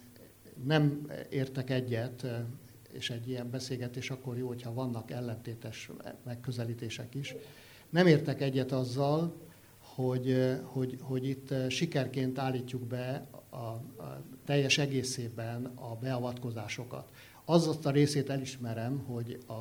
Speaker 6: nem értek egyet, és egy ilyen beszélgetés akkor jó, hogyha vannak ellentétes megközelítések is. Nem értek egyet azzal, hogy, hogy, hogy itt sikerként állítjuk be a, a teljes egészében a beavatkozásokat. Azt a részét elismerem, hogy a,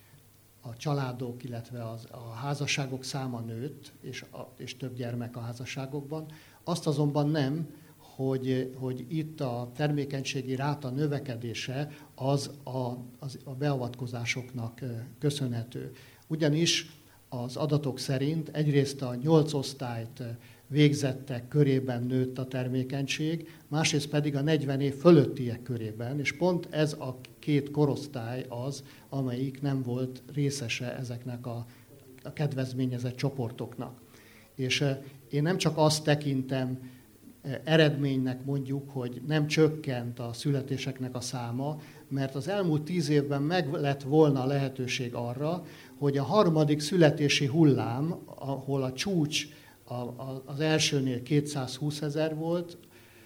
Speaker 6: a családok, illetve az, a házasságok száma nőtt, és, a, és több gyermek a házasságokban. Azt azonban nem, Hogy, hogy itt a termékenységi ráta növekedése az a, az a beavatkozásoknak köszönhető. Ugyanis az adatok szerint egyrészt a nyolc osztályt végzettek körében nőtt a termékenység, másrészt pedig a negyven év fölöttiek körében, és pont ez a két korosztály az, amelyik nem volt részese ezeknek a, a kedvezményezett csoportoknak. És én nem csak azt tekintem eredménynek mondjuk, hogy nem csökkent a születéseknek a száma, mert az elmúlt tíz évben meg lett volna a lehetőség arra, hogy a harmadik születési hullám, ahol a csúcs az elsőnél kétszázhúszezer volt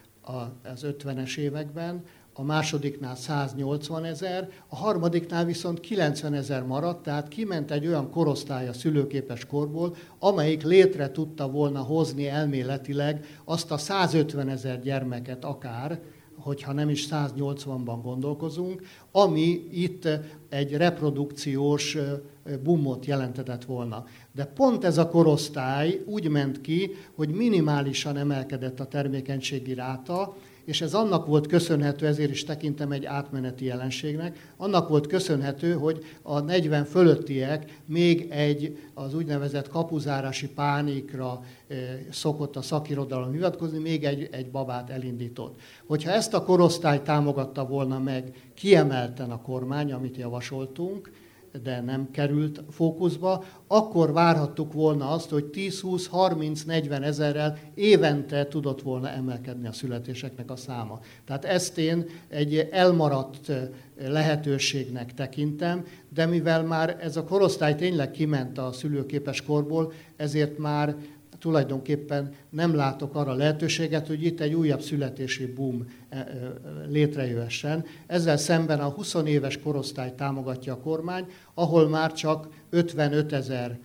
Speaker 6: az ötvenes években, a másodiknál száznyolcvanezer, a harmadiknál viszont kilencvenezer maradt, tehát kiment egy olyan korosztály a szülőképes korból, amelyik létre tudta volna hozni elméletileg azt a százötvenezer gyermeket akár, hogyha nem is száznyolcvanban gondolkozunk, ami itt egy reprodukciós boomot jelentetett volna. De pont ez a korosztály úgy ment ki, hogy minimálisan emelkedett a termékenységi ráta, és ez annak volt köszönhető, ezért is tekintem egy átmeneti jelenségnek, annak volt köszönhető, hogy a negyven fölöttiek még egy az úgynevezett kapuzárási pánikra szokott a szakirodalom hivatkozni, még egy, egy babát elindított. Hogyha ezt a korosztályt támogatta volna meg kiemelten a kormány, amit javasoltunk, de nem került fókuszba, akkor várhattuk volna azt, hogy tíz, húsz, harminc, negyven ezerrel évente tudott volna emelkedni a születéseknek a száma. Tehát ezt én egy elmaradt lehetőségnek tekintem, de mivel már ez a korosztály tényleg kiment a szülőképes korból, ezért már tulajdonképpen nem látok arra lehetőséget, hogy itt egy újabb születési boom létrejöhessen. Ezzel szemben a húsz éves korosztály támogatja a kormány, ahol már csak ötvenötezer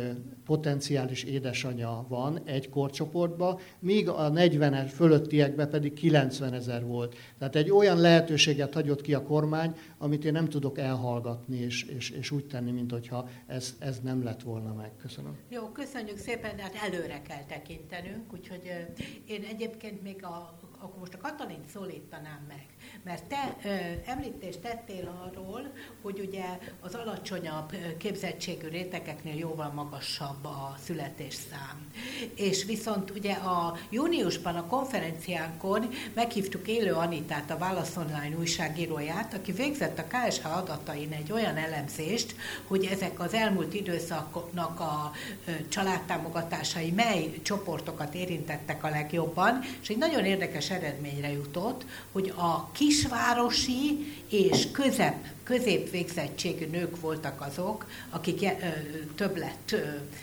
Speaker 6: potenciális édesanyja van egy korcsoportban, míg a negyven fölöttiekben pedig kilencvenezer volt. Tehát egy olyan lehetőséget hagyott ki a kormány, amit én nem tudok elhallgatni, és, és, és úgy tenni, mintha ez, ez nem lett volna meg. Köszönöm.
Speaker 1: Jó, köszönjük szépen, de hát előre kell tekintenünk, úgyhogy én egyébként még a, akkor most a Katalint szólítanám meg, mert te ö, említést tettél arról, hogy ugye az alacsonyabb képzettségű rétegeknél jóval magasabb a születésszám. És viszont ugye a júniusban a konferenciánkon meghívtuk Élő Anitát, a Válasz Online újságíróját, aki végzett a ká es há adatain egy olyan elemzést, hogy ezek az elmúlt időszaknak a családtámogatásai mely csoportokat érintettek a legjobban, és egy nagyon érdekes eredményre jutott, hogy a kisvárosi és közep, középvégzettségű nők voltak azok, akik többlet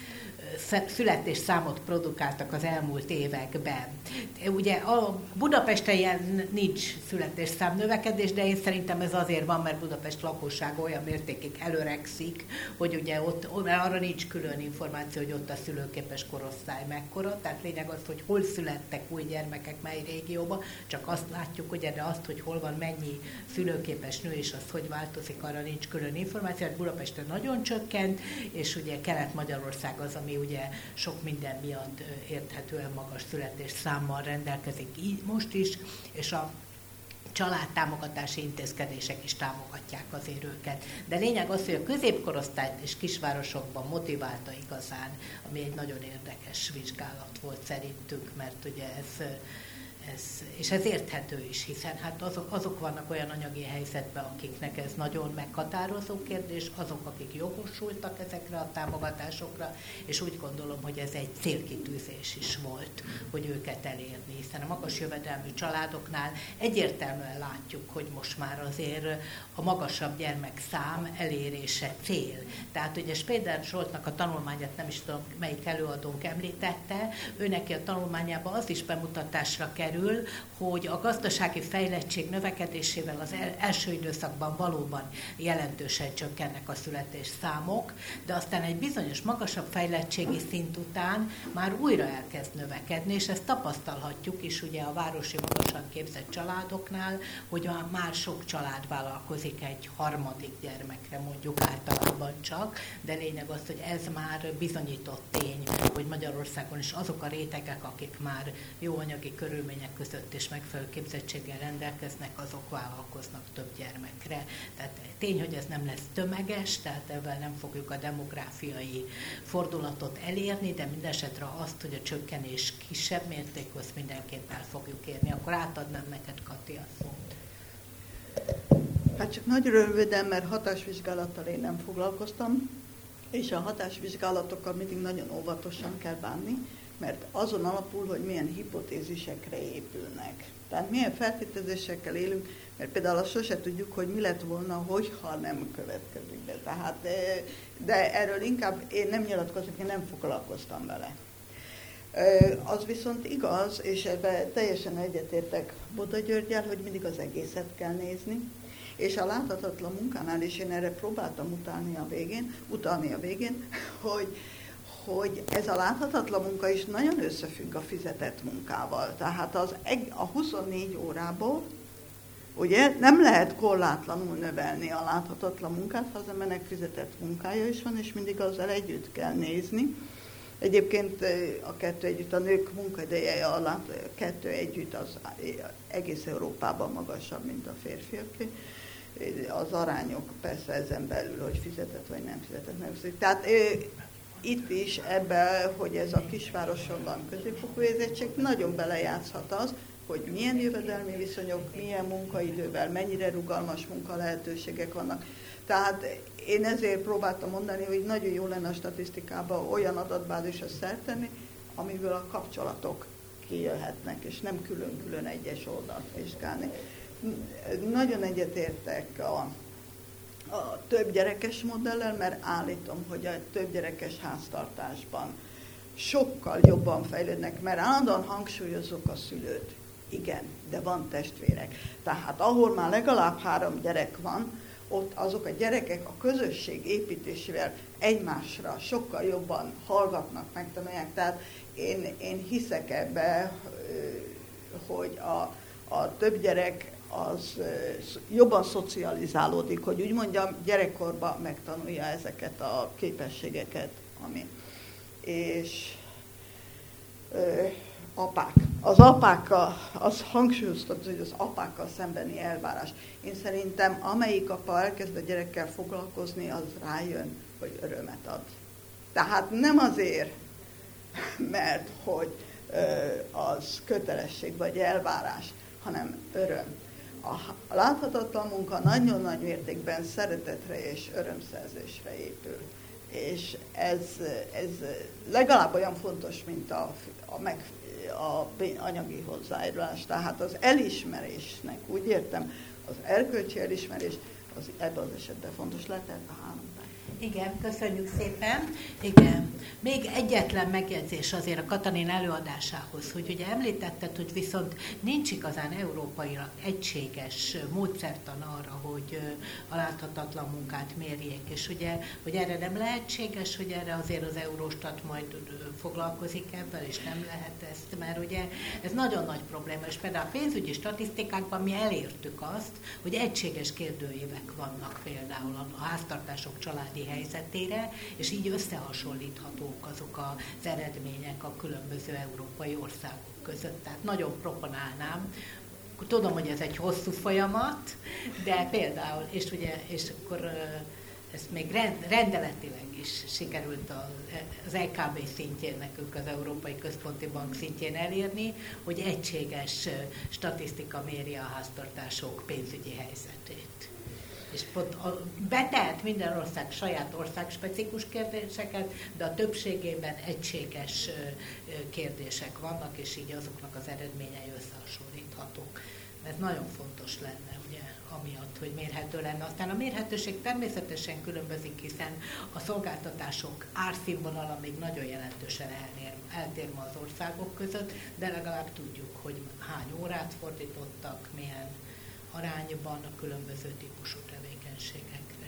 Speaker 1: születésszámot produkáltak az elmúlt években. Ugye a Budapesten ilyen nincs születésszám növekedés, de én szerintem ez azért van, mert Budapest lakossága olyan mértékig előregszik, hogy ugye ott arra nincs külön információ, hogy ott a szülőképes korosztály mekkora, tehát lényeg az, hogy hol születtek új gyermekek, mely régióban, csak azt látjuk, ugye, de azt, hogy hol van mennyi szülőképes nő, és az, hogy változik, arra nincs külön információ. Hát Budapesten nagyon csökkent, és ugye Kelet-Magyarország az, ami ugye sok minden miatt érthetően magas születésszámmal rendelkezik így most is, és a családtámogatási intézkedések is támogatják azért őket. De lényeg az, hogy a középkorosztályt és kisvárosokban motiválta igazán, ami egy nagyon érdekes vizsgálat volt szerintük, mert ugye ez, ez és ez érthető is, hiszen hát azok, azok vannak olyan anyagi helyzetben, akiknek ez nagyon meghatározó kérdés, azok, akik jogosultak ezekre a támogatásokra, és úgy gondolom, hogy ez egy célkitűzés is volt, hogy őket elérni, hiszen a magas jövedelmű családoknál egyértelműen látjuk, hogy most már azért a magasabb gyermekszám elérése cél. Tehát ugye Spéder Zsoltnak a tanulmányát nem is tudom, melyik előadónk említette, ő neki a tanulmányában az is bemutatásra kerül, hogy a gazdasági fejlettség növekedésével az első időszakban valóban jelentősen csökkennek a születésszámok, de aztán egy bizonyos magasabb fejlettségi szint után már újra elkezd növekedni, és ezt tapasztalhatjuk is ugye a városi magasan képzett családoknál, hogy a, már sok család vállalkozik egy harmadik gyermekre mondjuk általában csak, de lényeg az, hogy ez már bizonyított tény, hogy Magyarországon is azok a rétegek, akik már jó anyagi körülmények között és megfelelő képzettséggel rendelkeznek, azok vállalkoznak több gyermekre. Tehát tény, hogy ez nem lesz tömeges, tehát ebben nem fogjuk a demográfiai fordulatot elérni, de mindesetre azt, hogy a csökkenés kisebb mértékű, azt mindenképp el fogjuk érni. Akkor átadnám neked, Kati, a szót.
Speaker 2: Hát csak nagyon röviden, mert hatásvizsgálattal én nem foglalkoztam, és a hatásvizsgálatokkal mindig nagyon óvatosan kell bánni, mert azon alapul, hogy milyen hipotézisekre épülnek. Tehát milyen feltételezésekkel élünk, mert például azt sose tudjuk, hogy mi lett volna, hogyha nem következik be. Tehát, de erről inkább én nem nyilatkozok, én nem foglalkoztam vele. Az viszont igaz, és ebben teljesen egyetértek Boda Györggyel, hogy mindig az egészet kell nézni, és a láthatatlan munkánál is én erre próbáltam utalni a végén, utalni a végén, hogy hogy ez a láthatatlan munka is nagyon összefügg a fizetett munkával. Tehát az, a huszonnégy órából ugye nem lehet korlátlanul növelni a láthatatlan munkát, ha az embernek fizetett munkája is van, és mindig azzal együtt kell nézni. Egyébként a kettő együtt, a nők munkaideje, a kettő együtt az egész Európában magasabb, mint a férfiaké. Az arányok persze ezen belül, hogy fizetett vagy nem fizetett meg. Tehát itt is ebben, hogy ez a kisvárosokban középfokú végzettség, nagyon belejátszhat az, hogy milyen jövedelmi viszonyok, milyen munkaidővel, mennyire rugalmas munkalehetőségek vannak. Tehát én ezért próbáltam mondani, hogy nagyon jó lenne a statisztikában olyan adatbázisra szert tenni, amiből a kapcsolatok kijöhetnek, és nem külön-külön egyes oldalt vizsgálni. Nagyon egyetértek a a több gyerekes modellel, mert állítom, hogy a több gyerekes háztartásban sokkal jobban fejlődnek, mert állandóan hangsúlyozzuk a szülőt. Igen, de van testvérek. Tehát ahol már legalább három gyerek van, ott azok a gyerekek a közösség építésével egymásra sokkal jobban hallgatnak, megtanulják. Tehát én, én hiszek ebbe, hogy a, a több gyerek az jobban szocializálódik, hogy úgy mondjam, gyerekkorban megtanulja ezeket a képességeket, ami. És ö, apák. Az apákkal, az hangsúlyoztat, hogy az apákkal szembeni elvárás. Én szerintem, amelyik apa elkezd a gyerekkel foglalkozni, az rájön, hogy örömet ad. Tehát nem azért, mert hogy ö, az kötelesség vagy elvárás, hanem öröm. A láthatatlan munka nagyon nagy mértékben szeretetre és örömszerzésre épül. És ez, ez legalább olyan fontos, mint a, a, meg, a anyagi hozzájárulás. Tehát az elismerésnek, úgy értem, az erkölcsi elismerés, az ebben az esetben fontos lehet, a három.
Speaker 1: Igen, köszönjük szépen. Igen. Még egyetlen megjegyzés azért a Katalin előadásához, hogy ugye említetted, hogy viszont nincs igazán európailag egységes módszertan arra, hogy a láthatatlan munkát mérjék, és ugye, hogy erre nem lehetséges, hogy erre azért az Eurostat majd foglalkozik ebben, és nem lehet ezt, mert ugye ez nagyon nagy probléma, és például a pénzügyi statisztikákban mi elértük azt, hogy egységes kérdőívek vannak például a háztartások családi helyzetére, és így összehasonlíthatók azok az eredmények a különböző európai országok között. Tehát nagyon proponálnám. Tudom, hogy ez egy hosszú folyamat, de például, és ugye, és akkor ezt még rendeletileg is sikerült az E K B szintjén nekünk, az Európai Központi Bank szintjén elérni, hogy egységes statisztika méri a háztartások pénzügyi helyzetét. És pont betehet minden ország saját ország specifikus kérdéseket, de a többségében egységes kérdések vannak, és így azoknak az eredményei összehasonlíthatók. Ez nagyon fontos lenne, ugye, amiatt, hogy mérhető lenne. Aztán a mérhetőség természetesen különbözik, hiszen a szolgáltatások árszínvonala még nagyon jelentősen elnér, eltér ma az országok között, de legalább tudjuk, hogy hány órát fordítottak, milyen arányban a különböző típusú tevékenységekre.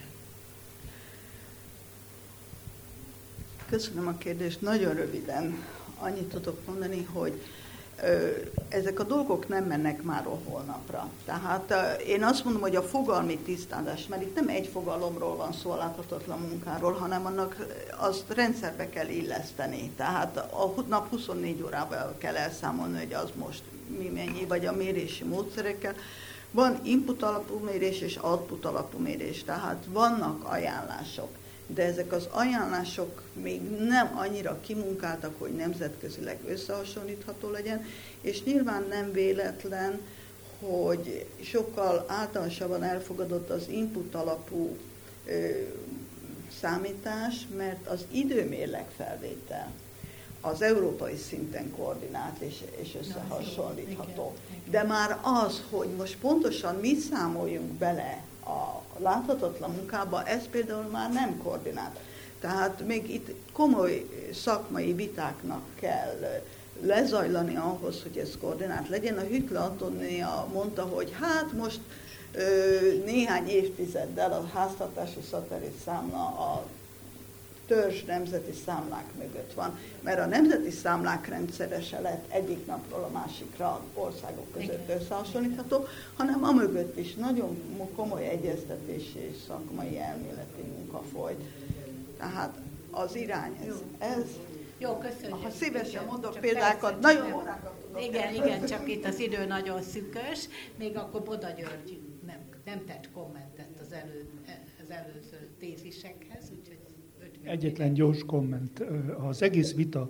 Speaker 2: Köszönöm a kérdést. Nagyon röviden annyit tudok mondani, hogy ezek a dolgok nem mennek már holnapra. Tehát én azt mondom, hogy a fogalmi tisztázás, mert itt nem egy fogalomról van szó, a láthatatlan munkáról, hanem annak azt rendszerbe kell illeszteni. Tehát a nap huszonnégy órával kell elszámolni, hogy az most mi mennyi, vagy a mérési módszerekkel. Van input alapú mérés és output alapú mérés, tehát vannak ajánlások. De ezek az ajánlások még nem annyira kimunkáltak, hogy nemzetközileg összehasonlítható legyen, és nyilván nem véletlen, hogy sokkal általánosabban elfogadott az input alapú ö, számítás, mert az időmérleg felvétel az európai szinten koordinált és, és összehasonlítható. De már az, hogy most pontosan mi számoljunk bele a láthatatlan munkába, ez például már nem koordinált. Tehát még itt komoly szakmai vitáknak kell lezajlani ahhoz, hogy ez koordinált legyen. A Hükle Antónia mondta, hogy hát most ö, néhány évtizeddel a háztartási szatellit számla a törzs nemzeti számlák mögött van, mert a nemzeti számlák rendszerese lett egyik napról a másikra országok között összehasonlítható, hanem a mögött is nagyon komoly egyeztetési és szakmai elméleti munka folyt. Tehát az irány ez. ez
Speaker 1: Jó, köszönjük.
Speaker 2: Ha szívesen mondok
Speaker 1: csak
Speaker 2: példákat,
Speaker 1: persze,
Speaker 2: nagyon órákat tudok.
Speaker 1: Igen, igen, csak itt az idő nagyon szűkös. Még akkor Boda György nem, nem tett kommentet az, elő, az előző tézisekhez, úgyhogy
Speaker 4: egyetlen gyors komment. Az egész vita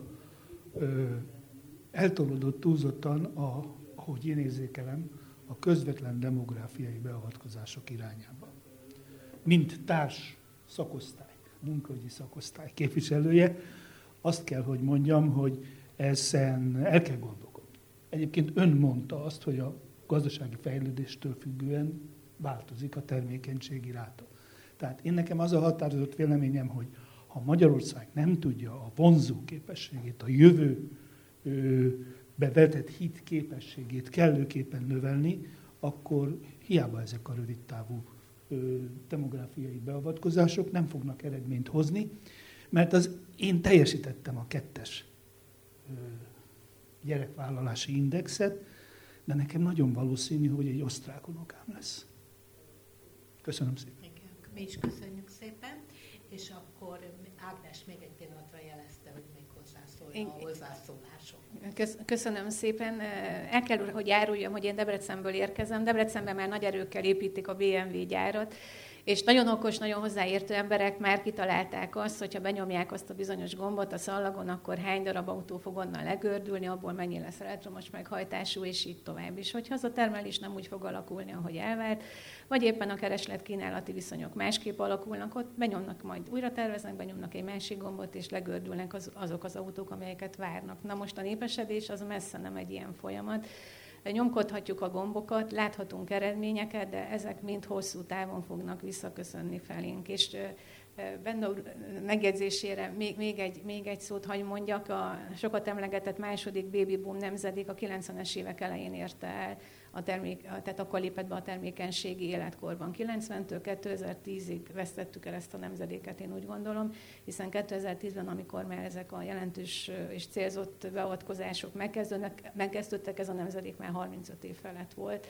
Speaker 4: eltolódott túlzottan, a, ahogy én érzékelem, a közvetlen demográfiai beavatkozások irányába. Mint társ szakosztály, munkahogyi szakosztály képviselője, azt kell, hogy mondjam, hogy ezen el kell gondolkodni. Egyébként ön mondta azt, hogy a gazdasági fejlődéstől függően változik a termékenységi ráta. Tehát én nekem az a határozott véleményem, hogy ha Magyarország nem tudja a vonzó képességét, a jövőbe vetett hit képességét kellőképpen növelni, akkor hiába ezek a rövidtávú demográfiai beavatkozások nem fognak eredményt hozni, mert az én teljesítettem a kettes gyerekvállalási indexet, de nekem nagyon valószínű, hogy egy osztrák unokám lesz. Köszönöm szépen.
Speaker 1: Igen, mi is köszönjük szépen, és akkor Ágnes még egy pillanatra jelezte, hogy még hozzászólna a hozzászólások.
Speaker 3: Köszönöm szépen. El kell, hogy járuljam, hogy én Debrecenből érkezem. Debrecenben már nagy erőkkel építik a bé em vé gyárat, és nagyon okos, nagyon hozzáértő emberek már kitalálták azt, hogyha benyomják azt a bizonyos gombot a szallagon, akkor hány darab autó fog onnan legördülni, abból mennyi lesz elektromos meghajtású, és így tovább is. Hogyha az a termelés nem úgy fog alakulni, ahogy elvárt, vagy éppen a kereslet-kínálati viszonyok másképp alakulnak, ott benyomnak, majd újra terveznek, benyomnak egy másik gombot, és legördülnek az, azok az autók, amelyeket várnak. Na most a népesedés az messze nem egy ilyen folyamat. Nyomkodhatjuk a gombokat, láthatunk eredményeket, de ezek mind hosszú távon fognak visszaköszönni felénk. És Benda úr megjegyzésére még, még, egy, még egy szót hagy mondjak, a sokat emlegetett második baby boom nemzedék a kilencvenes évek elején érte el, a termék, tehát akkor lépett be a termékenységi életkorban. kilencventől kétezer-tízig vesztettük el ezt a nemzedéket, én úgy gondolom, hiszen kétezer-tízben, amikor már ezek a jelentős és célzott beavatkozások megkezdődtek, megkezdődtek, ez a nemzedék már harmincöt év felett volt,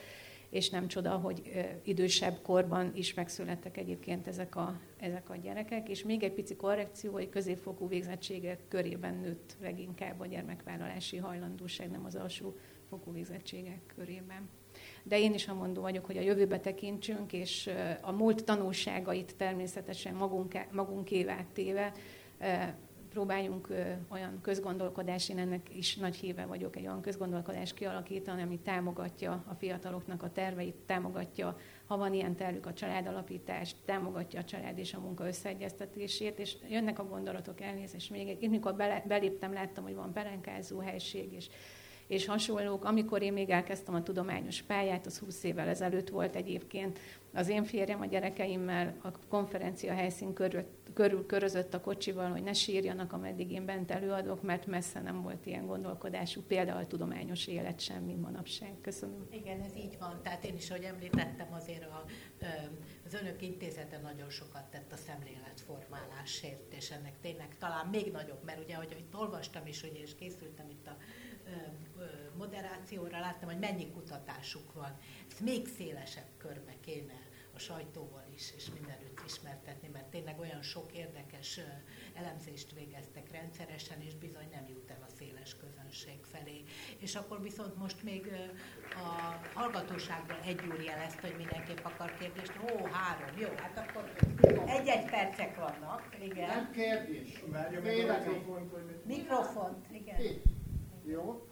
Speaker 3: és nem csoda, hogy idősebb korban is megszülettek egyébként ezek a, ezek a gyerekek, és még egy pici korrekció, hogy középfokú végzettségek körében nőtt leginkább a gyermekvállalási hajlandóság, nem az alsófokú végzettségek körében. De én is amondó vagyok, hogy a jövőbe tekintsünk, és a múlt tanulságait természetesen magunk, magunkévá téve próbáljunk olyan közgondolkodás, én ennek is nagy híve vagyok, egy olyan közgondolkodást kialakítani, ami támogatja a fiataloknak a terveit, támogatja, ha van ilyen tervük, a családalapítást, támogatja a család és a munka összeegyeztetését, és jönnek a gondolatok, elnézést még egy. Én mikor beléptem, láttam, hogy van pelenkázó helység, és és hasonlók. Amikor én még elkezdtem a tudományos pályát, az húsz évvel ezelőtt volt egyébként, az én férjem a gyerekeimmel a konferencia helyszín körül, körül körözött a kocsival, hogy ne sírjanak, ameddig én bent előadok, mert messze nem volt ilyen gondolkodású, például a tudományos élet sem, mint manapság. Köszönöm.
Speaker 1: Igen, ez így van. Tehát én is, ahogy említettem, azért a, az önök intézete nagyon sokat tett a szemléletformálásért, és ennek tényleg talán még nagyobb, mert ugye, ahogy itt olvastam is, ugye, és készültem itt a moderációra, láttam, hogy mennyi kutatásuk van. Ezt még szélesebb körbe kéne a sajtóval is, és mindenütt ismertetni, mert tényleg olyan sok érdekes elemzést végeztek rendszeresen, és bizony nem jut el a széles közönség felé. És akkor viszont most még a hallgatóságból egy úr jelezte, hogy mindenképp akar kérdést. Ó, három, jó, hát akkor egy-egy percek vannak. Igen.
Speaker 6: Nem kérdés.
Speaker 1: Mikrofont, Mikrofont, igen.
Speaker 6: Jó.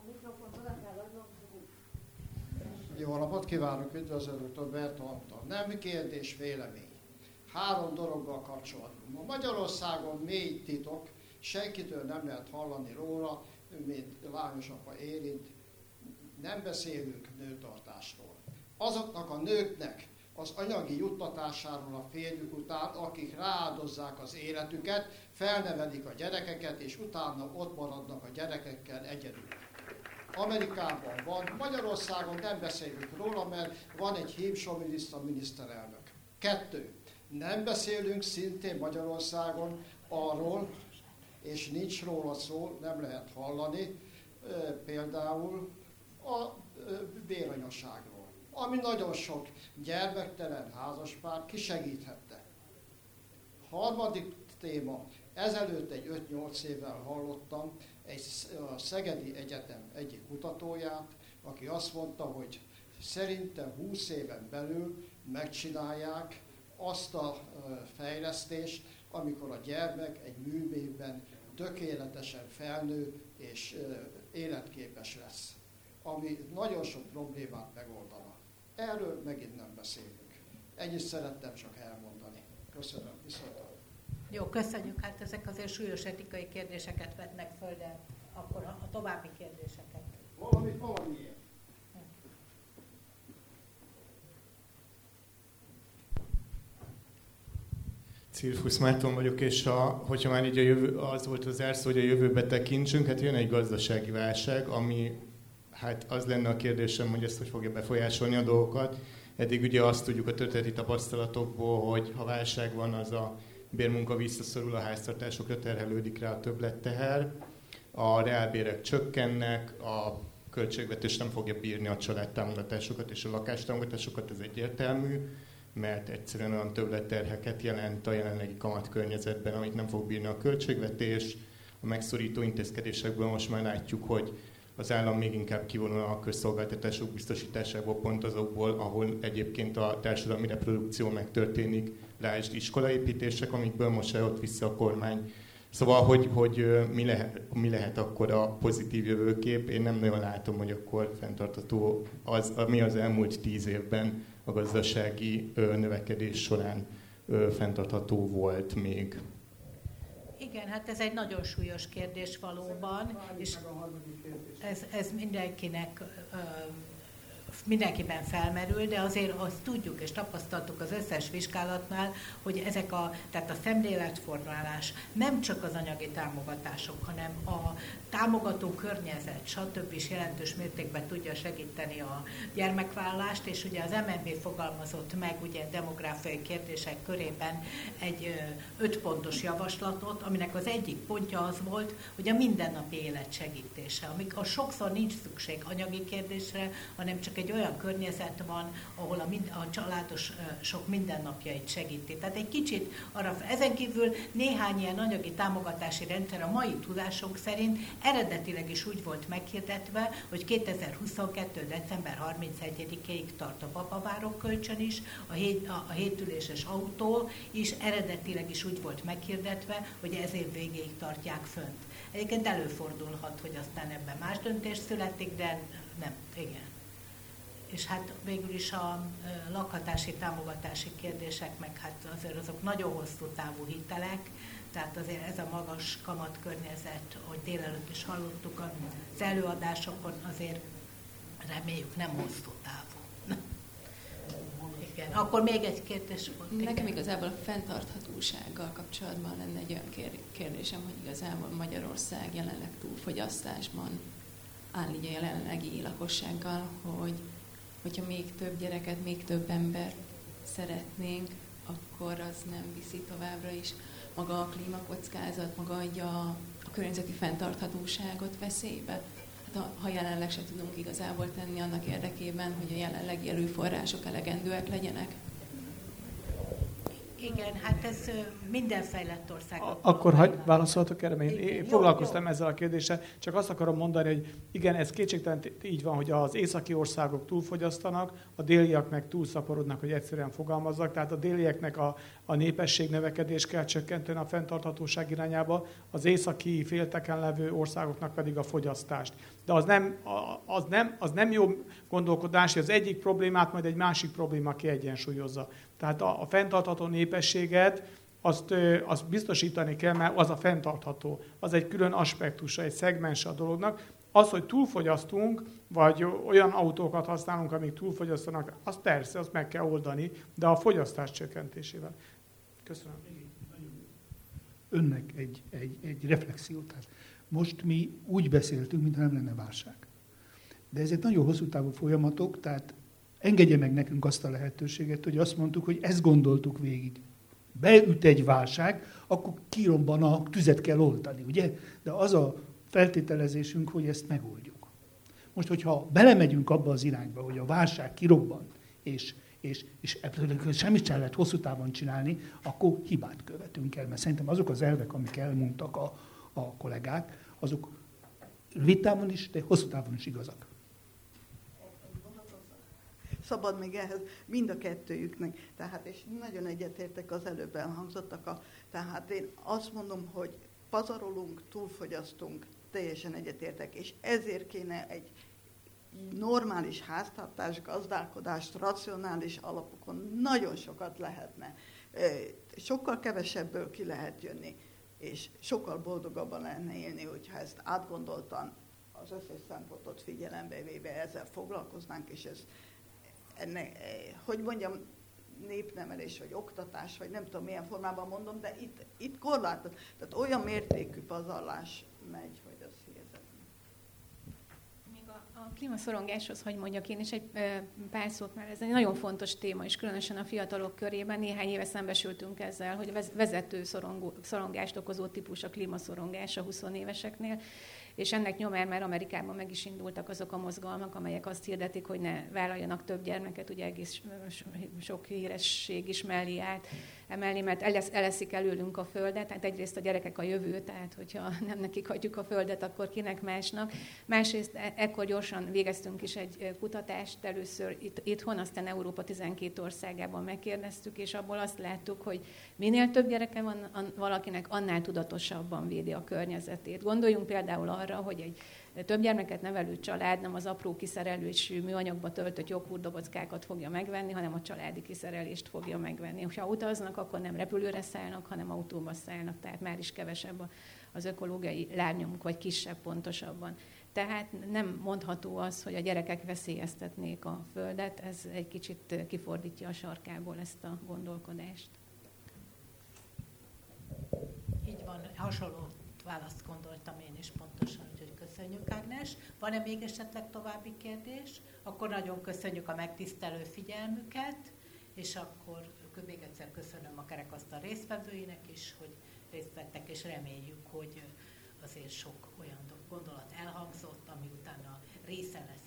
Speaker 6: Jó napot kívánok, üdvözlök, Berta Antal. Nem kérdés, vélemény. Három dologgal kapcsolatban. A Magyarországon mély titok, senkitől nem lehet hallani róla, mint lányos apa érint, nem beszélünk nőtartásról. Azoknak a nőknek az anyagi juttatásáról a férjük után, akik rááldozzák az életüket, felnevelik a gyerekeket, és utána ott maradnak a gyerekekkel egyedül. Amerikában van, Magyarországon nem beszélünk róla, mert van egy hímsoviniszta miniszterelnök. Kettő. Nem beszélünk szintén Magyarországon arról, és nincs róla szó, nem lehet hallani, például a béranyaságról, ami nagyon sok gyermektelen házaspár kisegíthette. Harmadik téma. Ezelőtt egy öt-nyolc évvel hallottam egy a Szegedi Egyetem egyik kutatóját, aki azt mondta, hogy szerinte húsz éven belül megcsinálják azt a fejlesztést, amikor a gyermek egy művében tökéletesen felnő és életképes lesz, ami nagyon sok problémát megoldana. Erről megint nem beszélünk. Ennyit szerettem csak elmondani. Köszönöm. Viszontlátásra.
Speaker 1: Jó, köszönjük. Hát ezek azért súlyos etikai kérdéseket vetnek föl, de akkor a további kérdéseket.
Speaker 6: Valami, valamiért.
Speaker 7: Cirfusz Márton vagyok, és a, hogyha már így a jövő, az volt az zárszó, hogy a jövőbe tekintsünk, hát jön egy gazdasági válság, ami, hát az lenne a kérdésem, hogy ezt hogy fogja befolyásolni a dolgokat. Eddig ugye azt tudjuk a történeti tapasztalatokból, hogy ha válság van, az a bérmunka visszaszorul, a háztartásokra terhelődik rá a többletteher, a reálbérek csökkennek, a költségvetés nem fogja bírni a családtámogatásokat és a lakástámogatásokat, ez egyértelmű, mert egyszerűen olyan többletterheket jelent a jelenlegi kamatkörnyezetben, amit nem fog bírni a költségvetés. A megszorító intézkedésekből most már látjuk, hogy az állam még inkább kivonul a közszolgáltatások biztosításából, pont azokból, ahol egyébként a társadalmi reprodukció megtörténik, lásd iskolaépítések, amikből most eljött vissza a kormány. Szóval, hogy, hogy mi, lehet, mi lehet akkor a pozitív jövőkép, én nem nagyon látom, hogy akkor fenntartható az, ami az elmúlt tíz évben a gazdasági növekedés során fenntartható volt még.
Speaker 1: Igen, hát ez egy nagyon súlyos kérdés valóban, és ez, ez mindenkinek, mindenkiben felmerül, de azért azt tudjuk és tapasztaltuk az összes vizsgálatnál, hogy ezek a, tehát a szemléletformálás nem csak az anyagi támogatások, hanem a támogató környezet, stb. Is jelentős mértékben tudja segíteni a gyermekvállalást, és ugye az em en bé fogalmazott meg ugye demográfiai kérdések körében egy öt pontos javaslatot, aminek az egyik pontja az volt, hogy a mindennapi élet segítése, amik a sokszor nincs szükség anyagi kérdésre, hanem csak egy olyan környezet van, ahol a, mind, a családos sok mindennapjait segíti. Tehát egy kicsit arra, ezen kívül néhány ilyen anyagi támogatási rendszer a mai tudásunk szerint eredetileg is úgy volt meghirdetve, hogy kétezer-huszonkettő. december harmincegyedikéig tart a papavárok kölcsön is, a, hét, a, a hétüléses autó is eredetileg is úgy volt meghirdetve, hogy ez év végéig tartják fönt. Egyébként előfordulhat, hogy aztán ebben más döntés születik, de nem, igen. És hát végül is a lakhatási támogatási kérdések, meg hát azért azok nagyon hosszú távú hitelek, tehát azért ez a magas kamatkörnyezet, hogy délelőtt is hallottuk az előadásokon, azért reméljük nem hosszú távú. Igen. Akkor még egy kérdés volt.
Speaker 8: Nekem igazából a fenntarthatósággal kapcsolatban lenne egy olyan kérdésem, hogy igazából Magyarország jelenleg túlfogyasztásban áll így a jelenlegi lakossággal, hogy hogyha még több gyereket, még több embert szeretnénk, akkor az nem viszi továbbra is maga a klímakockázat, maga a, a környezeti fenntarthatóságot veszélybe. Hát, ha jelenleg se tudunk igazából tenni annak érdekében, hogy a jelenlegi erőforrások elegendőek legyenek.
Speaker 1: Igen, hát ez minden fejlett országban.
Speaker 5: Akkor hagy válaszoltok erre, mert én, én foglalkoztam jó, ezzel a kérdéssel, csak azt akarom mondani, hogy igen, ez kétségtelen így van, hogy az északi országok túlfogyasztanak, a déliek meg túlszaporodnak, hogy egyszerűen fogalmazzak, tehát a délieknek a, a népesség növekedés kell csökkenteni a fenntarthatóság irányába, az északi félteken levő országoknak pedig a fogyasztást. De az nem, az nem, az nem jó gondolkodás, hogy az egyik problémát majd egy másik probléma kiegyensúlyozza. Tehát a, a fenntartható népességet azt, azt biztosítani kell, mert az a fenntartható. Az egy külön aspektusa, egy szegmense a dolognak. Az, hogy túlfogyasztunk, vagy olyan autókat használunk, amik túlfogyasztanak, az persze, azt meg kell oldani, de a fogyasztás csökkentésével. Köszönöm.
Speaker 4: Önnek egy, egy, egy reflexió. Tehát most mi úgy beszéltünk, mintha nem lenne válság. De ezek nagyon hosszú távú folyamatok, tehát engedje meg nekünk azt a lehetőséget, hogy azt mondtuk, hogy ezt gondoltuk végig. Beüt egy válság, akkor kirobban a tüzet kell oltani, ugye? De az a feltételezésünk, hogy ezt megoldjuk. Most, hogyha belemegyünk abba az irányba, hogy a válság kirobban, és, és, és ebből semmit sem lehet hosszú távon csinálni, akkor hibát követünk el. Mert szerintem azok az elvek, amik elmondtak a, a kollégák, azok rövid távon is, de hosszú távon is igazak.
Speaker 2: Szabad még ehhez mind a kettőjüknek. Tehát, és nagyon egyetértek az előbb elhangzottak. A, tehát én azt mondom, hogy pazarolunk, túlfogyasztunk, teljesen egyetértek, és ezért kéne egy normális háztartás, gazdálkodást, racionális alapokon nagyon sokat lehetne. Sokkal kevesebből ki lehet jönni, és sokkal boldogabban lehetne élni, hogyha ezt átgondoltan az összes szempontot figyelembe véve ezzel foglalkoznánk, és ez ennek, hogy mondjam, népnevelés, vagy oktatás, vagy nem tudom milyen formában mondom, de itt, itt korlátot, tehát olyan mértékű pazarlás megy, hogy az hihetetlen.
Speaker 3: Még a, a klímaszorongáshoz, hogy mondjak én is egy pár szót, mert ez egy nagyon fontos téma, és különösen a fiatalok körében néhány éve szembesültünk ezzel, hogy vezető szorongó, szorongást okozó típus a klímaszorongás a húsz éveseknél, és ennek nyomán már Amerikában meg is indultak azok a mozgalmak, amelyek azt hirdetik, hogy ne vállaljanak több gyermeket, ugye egész sok híresség is mellé állt emelni, mert eleszik előlünk a földet, tehát egyrészt a gyerekek a jövő, tehát hogyha nem nekik hagyjuk a földet, akkor kinek másnak. Másrészt ekkor gyorsan végeztünk is egy kutatást, először itt, itthon, aztán Európa tizenkét országában megkérdeztük, és abból azt láttuk, hogy minél több gyereke van valakinek, annál tudatosabban védi a környezetét. Gondoljunk például arra, hogy egy több gyermeket nevelő család nem az apró kiszerelésű műanyagba töltött joghurtdobozkákat fogja megvenni, hanem a családi kiszerelést fogja megvenni. Ha utaznak, akkor nem repülőre szállnak, hanem autóba szállnak, tehát már is kevesebb az ökológiai lábnyomuk, vagy kisebb pontosabban. Tehát nem mondható az, hogy a gyerekek veszélyeztetnék a Földet, ez egy kicsit kifordítja a sarkából ezt a gondolkodást.
Speaker 1: Így van, hasonló választ gondoltam én is pontosan, úgyhogy köszönjük, Ágnes. Van-e még esetleg további kérdés? Akkor nagyon köszönjük a megtisztelő figyelmüket, és akkor még egyszer köszönöm a kerekasztal résztvevőinek is, hogy részt vettek, és reméljük, hogy azért sok olyan gondolat elhangzott, ami utána része lesz